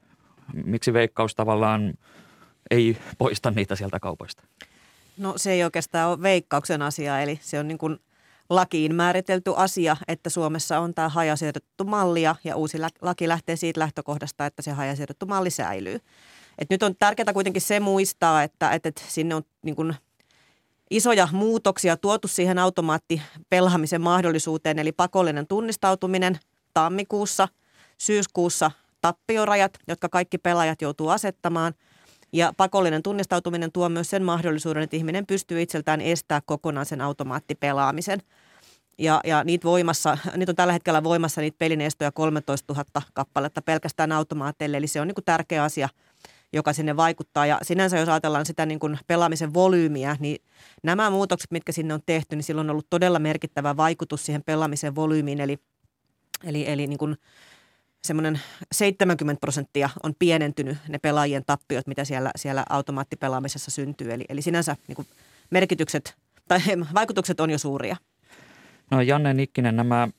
miksi Veikkaus tavallaan ei poista niitä sieltä kaupoista? No se ei oikeastaan ole Veikkauksen asia, eli se on niin kuin lakiin määritelty asia, että Suomessa on tämä hajasijoitettu malli ja uusi laki lähtee siitä lähtökohdasta, että se hajasijoitettu malli säilyy. Et nyt on tärkeää kuitenkin se muistaa, että, että sinne on niin kuin isoja muutoksia tuotu siihen automaattipelaamisen mahdollisuuteen, eli pakollinen tunnistautuminen tammikuussa, syyskuussa tappiorajat, jotka kaikki pelaajat joutuu asettamaan. Ja pakollinen tunnistautuminen tuo myös sen mahdollisuuden, että ihminen pystyy itseltään estää kokonaan sen automaattipelaamisen. Ja, ja niitä, voimassa, niitä on tällä hetkellä voimassa niitä pelinestoja kolmetoistatuhatta kappaletta pelkästään automaateille, eli se on niin kuin tärkeä asia, joka sinne vaikuttaa. Ja sinänsä jos ajatellaan sitä niin kuin pelaamisen volyymiä, niin nämä muutokset, mitkä sinne on tehty, niin sillä on ollut todella merkittävä vaikutus siihen pelaamisen volyymiin. Eli, eli, eli niin kuin semmoinen seitsemänkymmentä prosenttia on pienentynyt ne pelaajien tappiot, mitä siellä, siellä automaattipelaamisessa syntyy. Eli, eli sinänsä niin kuin merkitykset tai vaikutukset on jo suuria. No Janne Nikkinen, nämä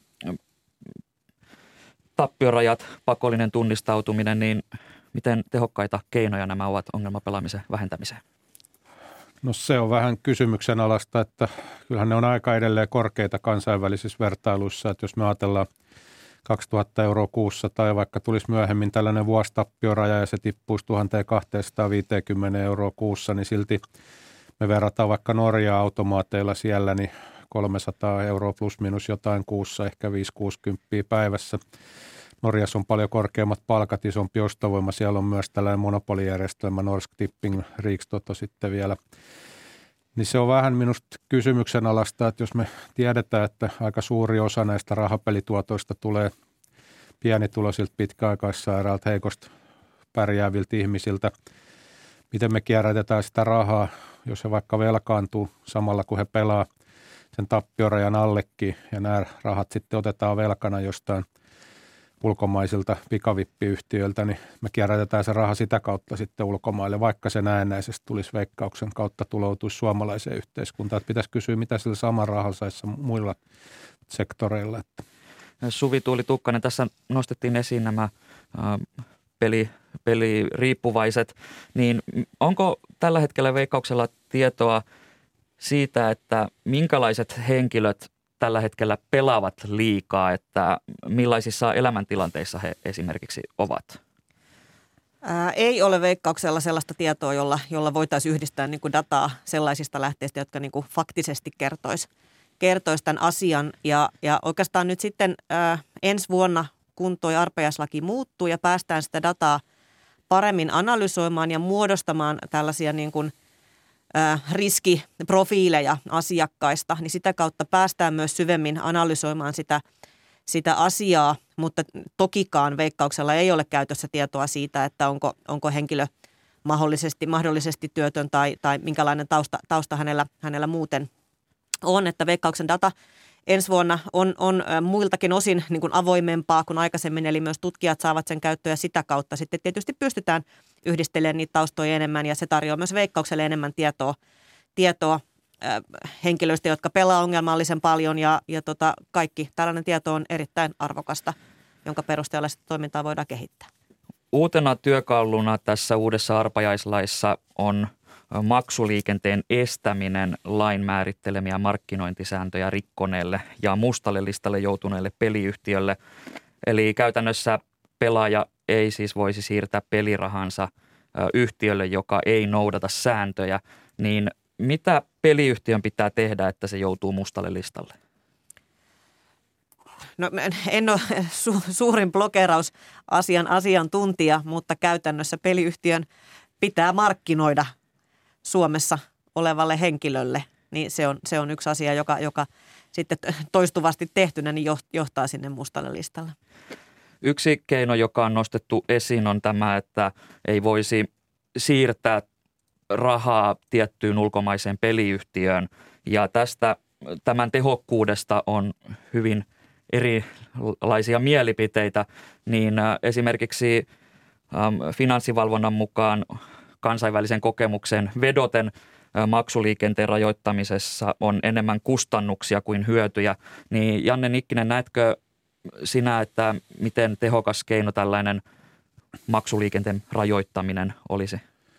tappiorajat, pakollinen tunnistautuminen, niin miten tehokkaita keinoja nämä ovat ongelmapelaamisen vähentämiseen? No se on vähän kysymyksen alasta, että kyllähän ne on aika edelleen korkeita kansainvälisissä vertailuissa, että jos me ajatellaan kaksituhatta euroa kuussa tai vaikka tulisi myöhemmin tällainen vuositappioraja ja se tippuisi tuhatkaksisataaviisikymmentä euroa kuussa, niin silti me verrataan vaikka Norjaa automaateilla siellä, niin kolmesataa euroa plus minus jotain kuussa, ehkä viisi kuusikymmentä päivässä. Norjassa on paljon korkeammat palkat, isompi ostovoima. Siellä on myös tällainen monopolijärjestelmä, Norsk Tipping, Rikstoto sitten vielä. Niin se on vähän minusta kysymyksen alasta, että jos me tiedetään, että aika suuri osa näistä rahapelituotoista tulee pienituloisilta, pitkäaikaissairailta, heikosta pärjääviltä ihmisiltä, miten me kierrätetään sitä rahaa, jos he vaikka velkaantuu samalla kun he pelaa sen tappiorajan allekin ja nämä rahat sitten otetaan velkana jostain ulkomaisilta pikavippiyhtiöiltä, niin me kierrätetään se raha sitä kautta sitten ulkomaille, vaikka se näennäisesti tulisi Veikkauksen kautta tuloutuisi suomalaiseen yhteiskuntaan. Että pitäisi kysyä, mitä sillä sama rahalla saisi muilla sektoreilla. Suvi Tuuli Tuukkanen, tässä nostettiin esiin nämä äh, peli, peliriippuvaiset, niin onko tällä hetkellä Veikkauksella tietoa siitä, että minkälaiset henkilöt tällä hetkellä pelaavat liikaa, että millaisissa elämäntilanteissa he esimerkiksi ovat? Ää, ei ole Veikkauksella sellaista tietoa, jolla, jolla voitaisiin yhdistää niin kuin dataa sellaisista lähteistä, jotka niin kuin faktisesti kertoisi kertois tämän asian. Ja, ja oikeastaan nyt sitten ää, ensi vuonna, kun tuo arpajaislaki muuttuu ja päästään sitä dataa paremmin analysoimaan ja muodostamaan tällaisia niin kuin, ää, riskiprofiileja asiakkaista, niin sitä kautta päästään myös syvemmin analysoimaan sitä sitä asiaa, mutta tokikaan Veikkauksella ei ole käytössä tietoa siitä, että onko, onko henkilö mahdollisesti, mahdollisesti työtön tai, tai minkälainen tausta, tausta hänellä, hänellä muuten on. Että Veikkauksen data ensi vuonna on, on muiltakin osin niin kuin avoimempaa kuin aikaisemmin, eli myös tutkijat saavat sen käyttöön ja sitä kautta sitten tietysti pystytään yhdistelemään niitä taustoja enemmän ja se tarjoaa myös Veikkaukselle enemmän tietoa, tietoa henkilöistä, jotka pelaa ongelmallisen paljon ja, ja tota, kaikki tällainen tieto on erittäin arvokasta, jonka perusteella sitä toimintaa voidaan kehittää. Uutena työkaluna tässä uudessa arpajaislaissa on maksuliikenteen estäminen lain määrittelemiä markkinointisääntöjä rikkoneelle ja mustalle listalle joutuneelle peliyhtiölle. Eli käytännössä pelaaja ei siis voisi siirtää pelirahansa yhtiölle, joka ei noudata sääntöjä, niin mitä peliyhtiön pitää tehdä, että se joutuu mustalle listalle? No en ole su- suurin blogerausasian asiantuntija, mutta käytännössä peliyhtiön pitää markkinoida Suomessa olevalle henkilölle. Niin se on, se on yksi asia, joka, joka sitten toistuvasti tehtynä niin johtaa sinne mustalle listalle. Yksi keino, joka on nostettu esiin, on tämä, että ei voisi siirtää rahaa tiettyyn ulkomaiseen peliyhtiöön ja tästä tämän tehokkuudesta on hyvin erilaisia mielipiteitä, niin esimerkiksi finanssivalvonnan mukaan kansainvälisen kokemuksen vedoten maksuliikenteen rajoittamisessa on enemmän kustannuksia kuin hyötyjä, niin Janne Nikkinen, näetkö sinä, että miten tehokas keino tällainen maksuliikenteen rajoittaminen olisi?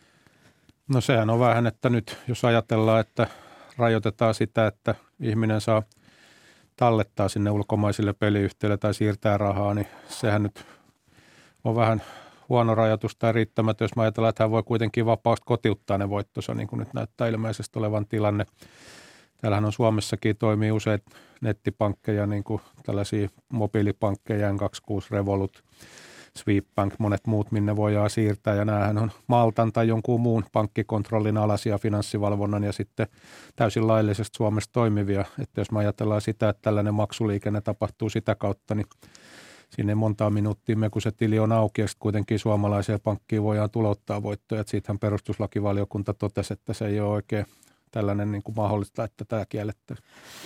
No sehän on vähän, että nyt jos ajatellaan, että rajoitetaan sitä, että ihminen saa tallettaa sinne ulkomaisille peliyhtiöille tai siirtää rahaa, niin sehän nyt on vähän huono rajoitus tai riittämätön, jos mä ajatellaan, että hän voi kuitenkin vapaasti kotiuttaa ne voittonsa, niin kuin nyt näyttää ilmeisesti olevan tilanne. Täällähän on Suomessakin toimii useita nettipankkeja, niin kuin tällaisia mobiilipankkeja, N kaksikymmentäkuusi Revolut, Swedbank, monet muut, minne voidaan siirtää, ja näähän on Maltan tai jonkun muun pankkikontrollin alaisia finanssivalvonnan ja sitten täysin laillisesti Suomessa toimivia. Että jos me ajatellaan sitä, että tällainen maksuliikenne tapahtuu sitä kautta, niin sinne montaa minuuttia me, kun se tili on auki ja sitten kuitenkin suomalaiseen pankkiin voidaan tulouttaa voittoja. Että siitähän perustuslakivaliokunta totesi, että se ei ole oikein tällainen niin kuin mahdollista, että tämä kiellettäisiin.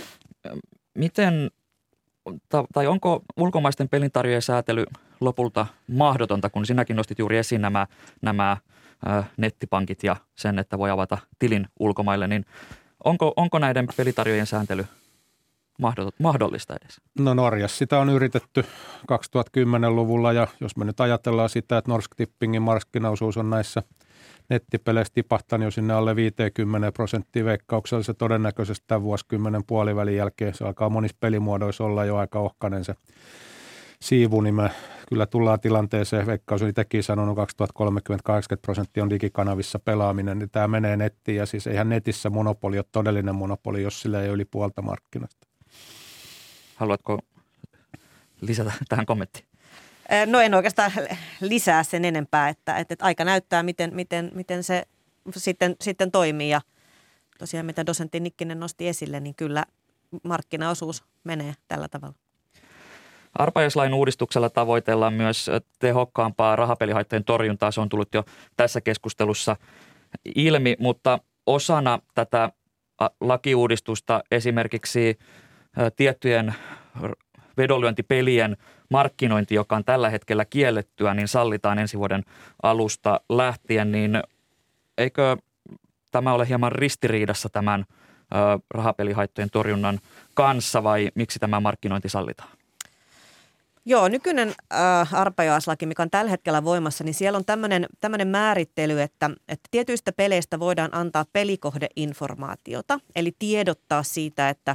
Miten tai onko ulkomaisten pelintarjoajien säätely lopulta mahdotonta, kun sinäkin nostit juuri esiin nämä, nämä ä, nettipankit ja sen, että voi avata tilin ulkomaille, niin onko, onko näiden pelitarjoajien sääntely mahdollista edes? No Norjassa sitä on yritetty kaksituhattakymmenluvulla ja jos me nyt ajatellaan sitä, että Norsk Tippingin markkinaosuus on näissä nettipeleissä tipahtanut jo sinne alle viisikymmentä prosenttia Veikkauksella, se todennäköisesti tämän vuosikymmenen puolivälin jälkeen. Se alkaa monissa pelimuodoissa olla jo aika ohkainen se siivu, niin me kyllä tullaan tilanteeseen, Veikkaus on itsekin sanonut kaksituhattakolmekymmentä kahdeksankymmentä prosenttia on digikanavissa pelaaminen, niin tämä menee nettiin ja siis eihän netissä monopoli ole todellinen monopoli, jos sillä ei ole yli puolta markkinoista. Haluatko lisätä tähän kommenttiin? No en oikeastaan lisää sen enempää, että, että aika näyttää, miten, miten, miten se sitten, sitten toimii. Ja tosiaan mitä dosentti Nikkinen nosti esille, niin kyllä markkinaosuus menee tällä tavalla. Arpajaislain uudistuksella tavoitellaan myös tehokkaampaa rahapelihaittojen torjuntaa. Se on tullut jo tässä keskustelussa ilmi, mutta osana tätä lakiuudistusta esimerkiksi tiettyjen vedonlyöntipelien markkinointi, joka on tällä hetkellä kiellettyä, niin sallitaan ensi vuoden alusta lähtien, niin eikö tämä ole hieman ristiriidassa tämän ö, rahapelihaittojen torjunnan kanssa vai miksi tämä markkinointi sallitaan? Joo, nykyinen äh, arpajaislaki, mikä on tällä hetkellä voimassa, niin siellä on tämmöinen, tämmöinen määrittely, että, että tietyistä peleistä voidaan antaa pelikohdeinformaatiota, eli tiedottaa siitä, että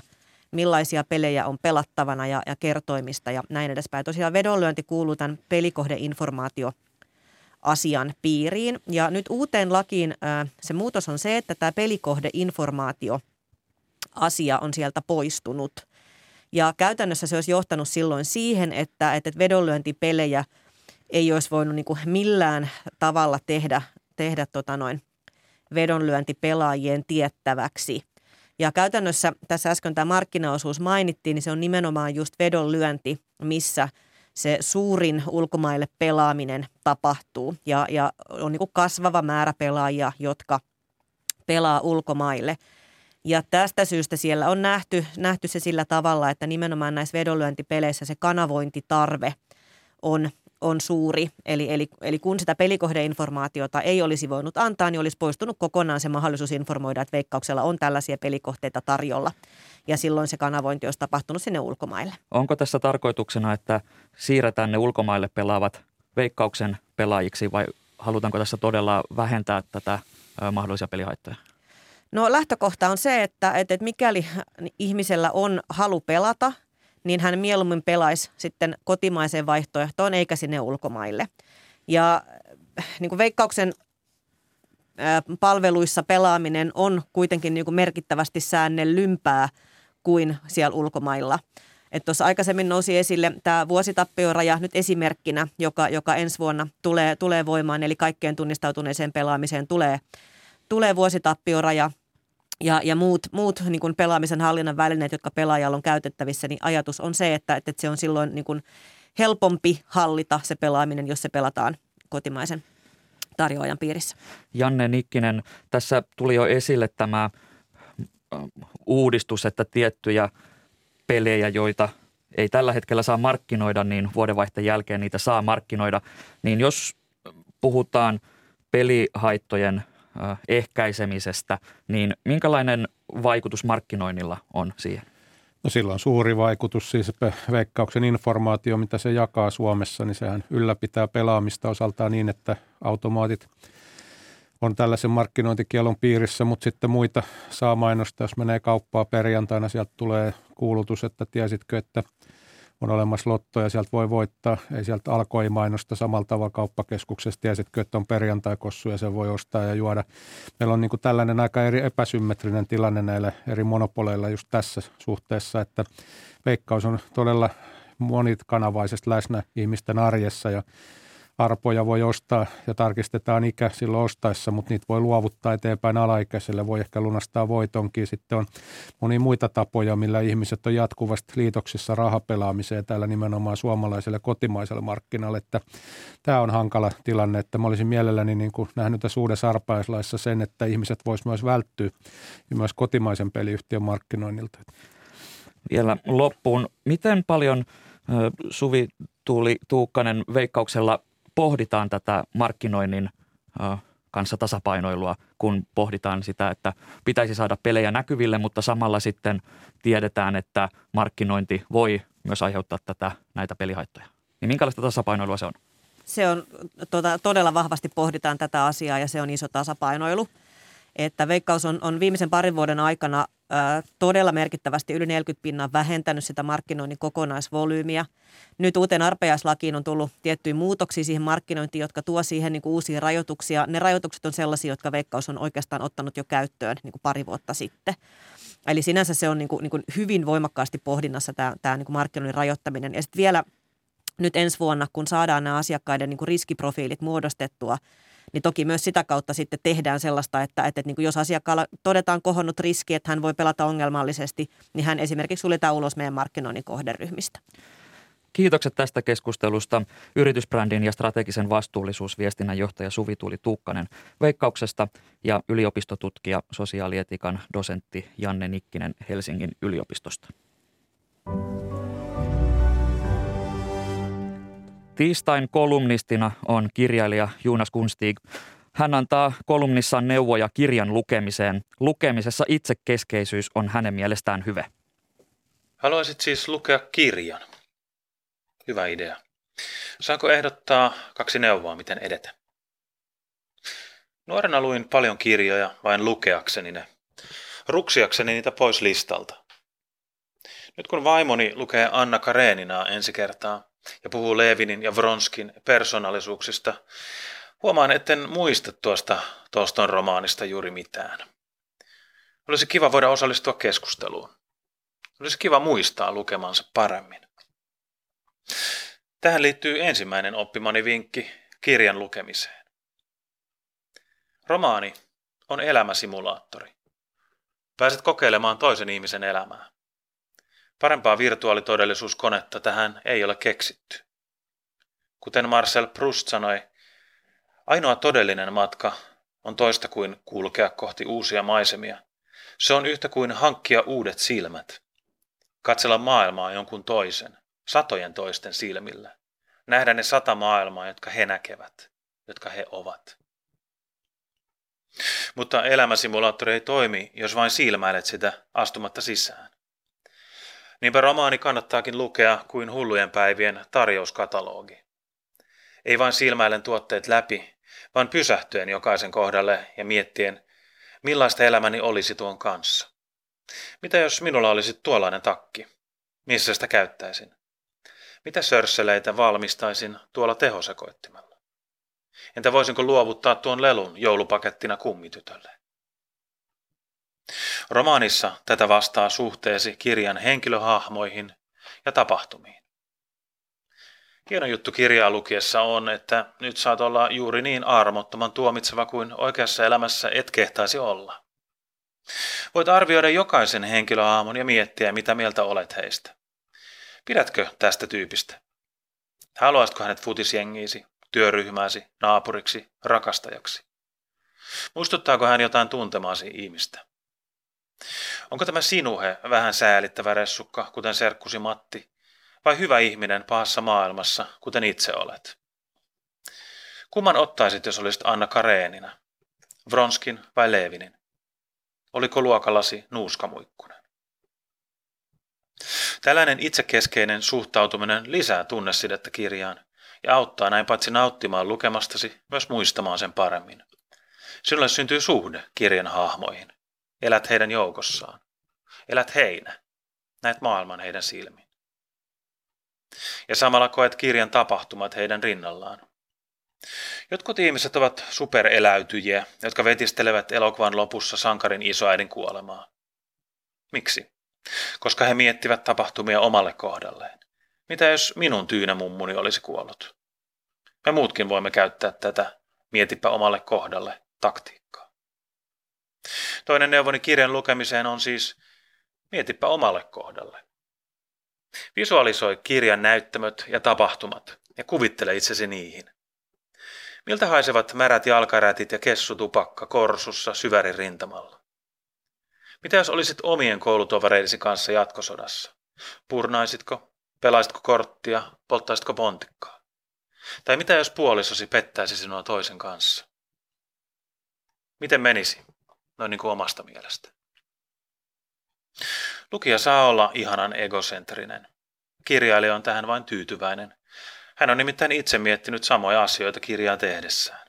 millaisia pelejä on pelattavana ja, ja kertoimista ja näin edespäin. Tosiaan vedonlyönti kuuluu tämän pelikohdeinformaatio asian piiriin. Ja nyt uuteen lakiin ää, se muutos on se, että tämä pelikohdeinformaatio asia on sieltä poistunut. Ja käytännössä se olisi johtanut silloin siihen, että, että vedonlyöntipelejä ei olisi voinut niin kuin millään tavalla tehdä, tehdä tota noin vedonlyöntipelaajien tiettäväksi. Ja käytännössä tässä äsken tämä markkinaosuus mainittiin, niin se on nimenomaan just vedonlyönti, missä se suurin ulkomaille pelaaminen tapahtuu. Ja, ja on niin kuin kasvava määrä pelaajia, jotka pelaa ulkomaille. Ja tästä syystä siellä on nähty, nähty se sillä tavalla, että nimenomaan näissä vedonlyöntipeleissä se kanavointitarve on, on suuri. Eli, eli, eli kun sitä pelikohdeinformaatiota ei olisi voinut antaa, niin olisi poistunut kokonaan se mahdollisuus informoida, että Veikkauksella on tällaisia pelikohteita tarjolla. Ja silloin se kanavointi olisi tapahtunut sinne ulkomaille. Onko tässä tarkoituksena, että siirretään ne ulkomaille pelaavat Veikkauksen pelaajiksi vai halutaanko tässä todella vähentää tätä ö, mahdollisia pelihaittoja? No lähtökohta on se, että, että mikäli ihmisellä on halu pelata, niin hän mieluummin pelaisi sitten kotimaiseen vaihtoehtoon eikä sinne ulkomaille. Ja niin kuin Veikkauksen palveluissa pelaaminen on kuitenkin niin kuin merkittävästi säännellympää kuin siellä ulkomailla. Että tuossa aikaisemmin nousi esille tämä vuositappioraja nyt esimerkkinä, joka, joka ensi vuonna tulee, tulee voimaan, eli kaikkeen tunnistautuneeseen pelaamiseen tulee, tulee vuositappioraja. Ja, ja muut, muut niin kuin pelaamisen hallinnan välineet, jotka pelaajalla on käytettävissä, niin ajatus on se, että, että se on silloin niin kuin helpompi hallita se pelaaminen, jos se pelataan kotimaisen tarjoajan piirissä. Janne Nikkinen, tässä tuli jo esille tämä uudistus, että tiettyjä pelejä, joita ei tällä hetkellä saa markkinoida, niin vuodenvaihteen jälkeen niitä saa markkinoida. Niin jos puhutaan pelihaittojen ehkäisemisestä, niin minkälainen vaikutus markkinoinnilla on siihen? No sillä on suuri vaikutus, siis Veikkauksen informaatio, mitä se jakaa Suomessa, niin sehän ylläpitää pelaamista osaltaan niin, että automaatit on tällaisen markkinointikielon piirissä, mutta sitten muita saa mainostaa, jos menee kauppaa perjantaina, sieltä tulee kuulutus, että tiesitkö, että on olemassa lotto ja sieltä voi voittaa. Ei sieltä alkoi mainosta samalla tavalla kauppakeskuksessa. Tiesitkö, että on perjantai-kossu ja sen voi ostaa ja juoda. Meillä on niin kuin tällainen aika eri epäsymmetrinen tilanne näillä eri monopoleilla just tässä suhteessa, että Veikkaus on todella monikanavaisesti läsnä ihmisten arjessa ja arpoja voi ostaa ja tarkistetaan ikä silloin ostaessa, mutta niitä voi luovuttaa eteenpäin alaikäiselle, voi ehkä lunastaa voitonkin. Sitten on monia muita tapoja, millä ihmiset on jatkuvasti liitoksissa rahapelaamiseen täällä nimenomaan suomalaiselle kotimaiselle markkinalle. Että tämä on hankala tilanne, että mä olisin mielelläni niin kuin nähnyt tässä uudessa arpajaislaissa sen, että ihmiset vois myös välttyä myös kotimaisen peliyhtiön markkinoinnilta. Vielä loppuun, miten paljon Suvi Tuuli Tuukkanen Veikkauksella pohditaan tätä markkinoinnin kanssa tasapainoilua, kun pohditaan sitä, että pitäisi saada pelejä näkyville, mutta samalla sitten tiedetään, että markkinointi voi myös aiheuttaa tätä, näitä pelihaittoja. Niin minkälaista tasapainoilua se on? Se on tota, todella vahvasti pohditaan tätä asiaa ja se on iso tasapainoilu. Että Veikkaus on, on viimeisen parin vuoden aikana ää, todella merkittävästi yli neljäkymmentä pinnaa vähentänyt sitä markkinoinnin kokonaisvolyymiä. Nyt uuteen arpajaislakiin on tullut tiettyjä muutoksia siihen markkinointiin, jotka tuo siihen niin kuin uusia rajoituksia. Ne rajoitukset on sellaisia, jotka Veikkaus on oikeastaan ottanut jo käyttöön niin kuin pari vuotta sitten. Eli sinänsä se on niin kuin, niin kuin hyvin voimakkaasti pohdinnassa tämä, tämä niin kuin markkinoinnin rajoittaminen. Ja sitten vielä nyt ensi vuonna, kun saadaan nämä asiakkaiden niin kuin riskiprofiilit muodostettua, niin toki myös sitä kautta sitten tehdään sellaista, että, että niin kuin jos asiakkaalla todetaan kohonnut riski, että hän voi pelata ongelmallisesti, niin hän esimerkiksi suljetaan ulos meidän markkinoinnin kohderyhmistä. Kiitokset tästä keskustelusta yritysbrändin ja strategisen vastuullisuusviestinnän johtaja Suvi Tuuli Tuukkanen Veikkauksesta ja yliopistotutkija, sosiaalietiikan dosentti Janne Nikkinen Helsingin yliopistosta. Tiistain kolumnistina on kirjailija Jonas Kunstig. Hän antaa kolumnissaan neuvoja kirjan lukemiseen. Lukemisessa itsekeskeisyys on hänen mielestään hyve. Haluaisit siis lukea kirjan? Hyvä idea. Saanko ehdottaa kaksi neuvoa, miten edetä? Nuorena luin paljon kirjoja vain lukeakseni ne, ruksiakseni niitä pois listalta. Nyt kun vaimoni lukee Anna Kareninaa ensi kertaa ja puhuu Levinin ja Vronskin persoonallisuuksista, huomaan, etten muista tuosta Tolston romaanista juuri mitään. Olisi kiva voida osallistua keskusteluun. Olisi kiva muistaa lukemansa paremmin. Tähän liittyy ensimmäinen oppimani vinkki kirjan lukemiseen. Romaani on elämäsimulaattori. Pääset kokeilemaan toisen ihmisen elämää. Parempaa virtuaalitodellisuuskonetta tähän ei ole keksitty. Kuten Marcel Proust sanoi, ainoa todellinen matka on toista kuin kulkea kohti uusia maisemia. Se on yhtä kuin hankkia uudet silmät. Katsella maailmaa jonkun toisen, satojen toisten silmillä. Nähdä ne sata maailmaa, jotka he näkevät, jotka he ovat. Mutta elämäsimulaattori ei toimi, jos vain silmäilet sitä astumatta sisään. Niinpä romaani kannattaakin lukea kuin hullujen päivien tarjouskatalogi. Ei vain silmäilen tuotteet läpi, vaan pysähtyen jokaisen kohdalle ja miettien, millaista elämäni olisi tuon kanssa. Mitä jos minulla olisi tuollainen takki? Missä sitä käyttäisin? Mitä sörsseleitä valmistaisin tuolla tehosekoittimella? Entä voisinko luovuttaa tuon lelun joulupakettina kummitytölle? Romaanissa tätä vastaa suhteesi kirjan henkilöhahmoihin ja tapahtumiin. Hieno juttu kirjaa lukiessa on, että nyt saat olla juuri niin armottoman tuomitseva kuin oikeassa elämässä et kehtaisi olla. Voit arvioida jokaisen henkilöhahmon ja miettiä, mitä mieltä olet heistä. Pidätkö tästä tyypistä? Haluaisitko hänet futisjengiisi, työryhmääsi, naapuriksi, rakastajaksi? Muistuttaako hän jotain tuntemaasi ihmistä? Onko tämä sinuhe vähän säälittävä ressukka, kuten serkkusi Matti, vai hyvä ihminen pahassa maailmassa, kuten itse olet? Kumman ottaisit, jos olisit Anna Karenina? Vronskin vai Levinin? Oliko luokallasi nuuskamuikkunen? Tällainen itsekeskeinen suhtautuminen lisää tunnesidettä kirjaan ja auttaa näin paitsi nauttimaan lukemastasi, myös muistamaan sen paremmin. Sinulle syntyy suhde kirjan hahmoihin. Elät heidän joukossaan. Elät heinä. Näet maailman heidän silmiin. Ja samalla koet kirjan tapahtumat heidän rinnallaan. Jotkut ihmiset ovat supereläytyjiä, jotka vetistelevät elokuvan lopussa sankarin isoäidin kuolemaa. Miksi? Koska he miettivät tapahtumia omalle kohdalleen. Mitä jos minun tyynämummuni olisi kuollut? Me muutkin voimme käyttää tätä mietipä omalle kohdalle taktiikkaa. Toinen neuvoni kirjan lukemiseen on siis mietipä omalle kohdalle. Visualisoi kirjan näyttämöt ja tapahtumat ja kuvittele itsesi niihin. Miltä haisevat märät jalkarätit ja kessutupakka korsussa syvärin rintamalla? Mitä jos olisit omien koulutovereidesi kanssa jatkosodassa? Purnaisitko, pelaisitko korttia, polttaisitko pontikkaa? Tai mitä jos puolisosi pettäisi sinua toisen kanssa? Miten menisi, noin niin kuin omasta mielestä? Lukija saa olla ihanan egocentrinen. Kirjailija on tähän vain tyytyväinen. Hän on nimittäin itse miettinyt samoja asioita kirjaa tehdessään.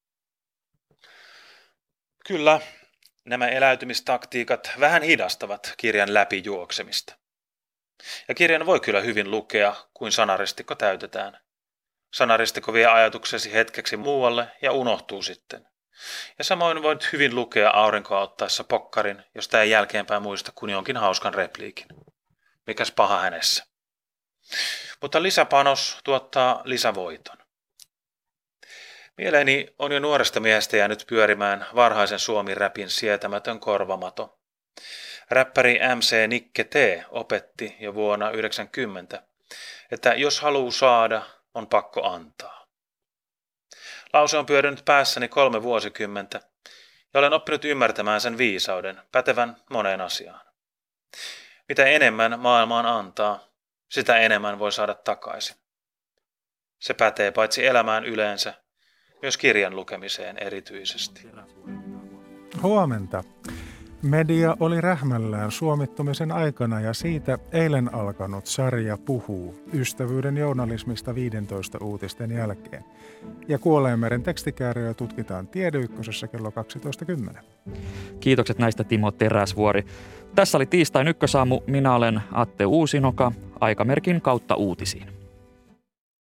Kyllä, nämä eläytymistaktiikat vähän hidastavat kirjan läpijuoksemista. Ja kirjan voi kyllä hyvin lukea, kuin sanaristikko täytetään. Sanaristikko vie ajatuksesi hetkeksi muualle ja unohtuu sitten. Ja samoin voit hyvin lukea aurinkoa ottaessa pokkarin, josta ei jälkeenpäin muista kuin jonkin hauskan repliikin. Mikäs paha hänessä. Mutta lisäpanos tuottaa lisävoiton. Mieleeni on jo nuoresta miehestä jäänyt pyörimään varhaisen suomi-räpin sietämätön korvamato. Räppäri M C Nikke T opetti jo vuonna yhdeksänkymmentä, että jos haluaa saada, on pakko antaa. Lause on pyörinyt päässäni kolme vuosikymmentä ja olen oppinut ymmärtämään sen viisauden, pätevän moneen asiaan. Mitä enemmän maailmaan antaa, sitä enemmän voi saada takaisin. Se pätee paitsi elämään yleensä, myös kirjan lukemiseen erityisesti. Huomenta. Media oli rähmällään suomittumisen aikana ja siitä eilen alkanut sarja puhuu ystävyyden journalismista viidentoista uutisten jälkeen. Ja Kuolleenmeren tekstikääröjä tutkitaan Tiedeykkösessä kello kaksitoista kymmenen. Kiitokset näistä Timo Teräsvuori. Tässä oli tiistain ykkösaamu. Minä olen Atte Uusinoka, aikamerkin kautta uutisiin.